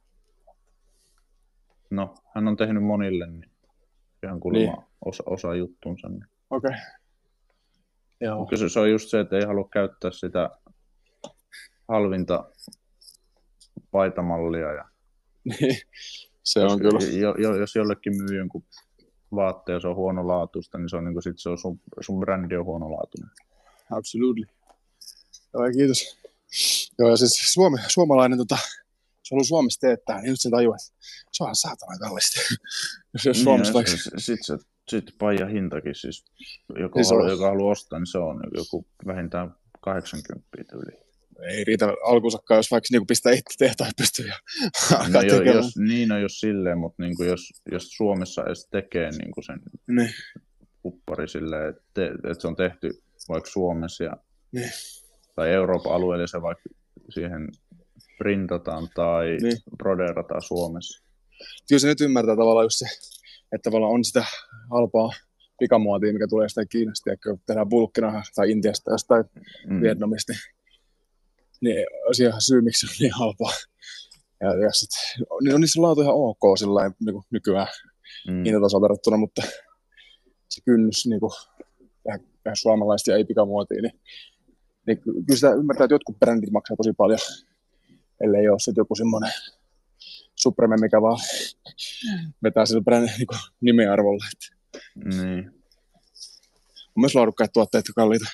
Speaker 2: no, hän on tehnyt monille, niin ihan kuulemma osa juttunsa. Niin.
Speaker 1: Okei. Joo.
Speaker 2: Mutta se on just se, että ei halua käyttää sitä halvinta paitamallia. Ja
Speaker 1: se on kyllä.
Speaker 2: Jos jollekin myy jonkun vaatteen ja se on huonolaatuista, niin se on, niin sit se on sun brändi on huonolaatuinen.
Speaker 1: Absolutely. Joo, kiitos. Joo, ja siis suomalainen, se on ollut Suomessa teettää, niin nyt sen tajuu, että se on saatana kallista. Jos Suomessa
Speaker 2: Sitten paijan hintakin, siis joka haluaa ostaa, niin se on joku vähintään 80 yli.
Speaker 1: Ei riitä alkuunsakaan, jos vaikka niinku pistää itse tehtaan pystyy ja alkaa
Speaker 2: tekemään. Jos silleen, mutta niinku jos Suomessa edes tekee niinku sen kuppari silleen, että se on tehty vaikka Suomessa tai Euroopan alueelle, se vaikka siihen printataan tai broderataan Suomessa.
Speaker 1: Kyllä se nyt ymmärtää tavallaan just se, että tavallaan on sitä halpaa pikamuotia, mikä tulee jostain Kiinasta, ja tehdään bulkkina tai Intiasta tai jostain Vietnamista, niin on syy, miksi se on niin halpaa. Ja sitten on niissä laatu ihan ok sillain, niin kuin nykyään hintatasoa verrattuna, mutta se kynnys niin tehdä suomalaista ja ei pikamuotia, niin kyllä sitä ymmärtää, että jotkut brändit maksaa tosi paljon, ellei ole sitten joku semmoinen Supreme, mikä vaan vetää sillä brändin niin nimearvolla.
Speaker 2: Niin.
Speaker 1: On myös laadukkaat tuotteet kalliita.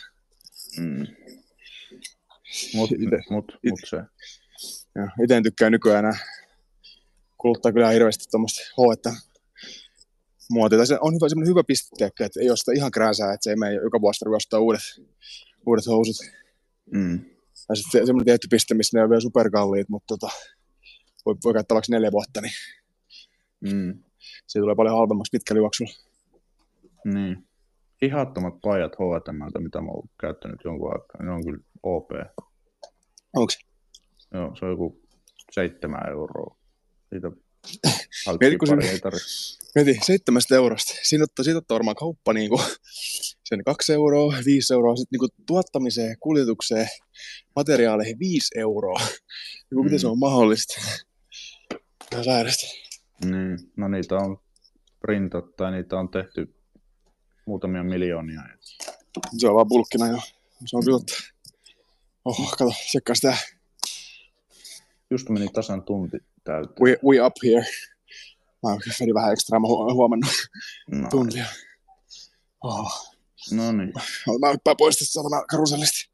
Speaker 2: Mut se.
Speaker 1: Itse en tykkää nykyään enää kuluttaa kyllä hirveästi tuommoista muotia. Se on semmoinen hyvä piste, että ei ole sitä ihan krääsää, että se ei mene joka vuosi tarvitse ostaa uudet housut. Tai sitten semmoinen tietty piste, missä ne on vielä superkalliit, mutta voi käyttää vaikka 4 vuotta, niin siitä tulee paljon halvemmaksi pitkällä juoksulla.
Speaker 2: Niin. Hihattomat pajat H&M:ltä, mitä mä oon käyttänyt jonkun aikaa, ne on kyllä OP.
Speaker 1: Onko se?
Speaker 2: Joo, se on joku 7 €. Siitä halttiin pari, ei tarvitse.
Speaker 1: Mieti, 7 €. Siitä ottaa varmaan kauppa niinku sen 2 €, 5 €, sitten niinku tuottamiseen, kuljetukseen, materiaaleihin 5 €. Miten se on mahdollista? Ihan sairasta.
Speaker 2: Niin, no niitä on printattu tai niitä on tehty muutamia miljoonia.
Speaker 1: Se on vaan bulkkina jo. Se on kyllä. Oho, kato, tsekkaa sitä.
Speaker 2: Just meni tasan tunti täyteen.
Speaker 1: We up here. Mä vedin vähän ekstraa, mä huomannut
Speaker 2: No.
Speaker 1: tuntia. Oho.
Speaker 2: No niin.
Speaker 1: Mä hyppään pois tästä saatana karusellista.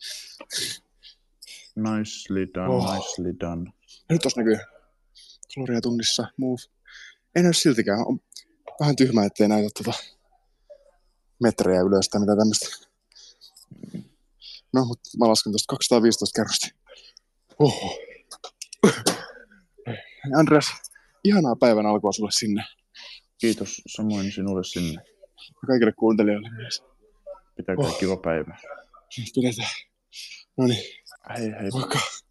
Speaker 2: Nicely done, nicely done.
Speaker 1: Ja nyt tossa näkyy kaloria tunnissa, move. Ei näy siltikään, on vähän tyhmää, ettei näytä metrejä ylös tai mitä tämmöstä. No, mutta mä lasken tosta 215 kerrosta. Oho. Andreas, ihanaa päivän alkua sulle sinne.
Speaker 2: Kiitos samoin sinulle sinne.
Speaker 1: Ja kaikille kuuntelijoille myös.
Speaker 2: Pitäkää kiva päivä.
Speaker 1: Pidetään. Noniin.
Speaker 2: Hei hei.
Speaker 1: Moikka.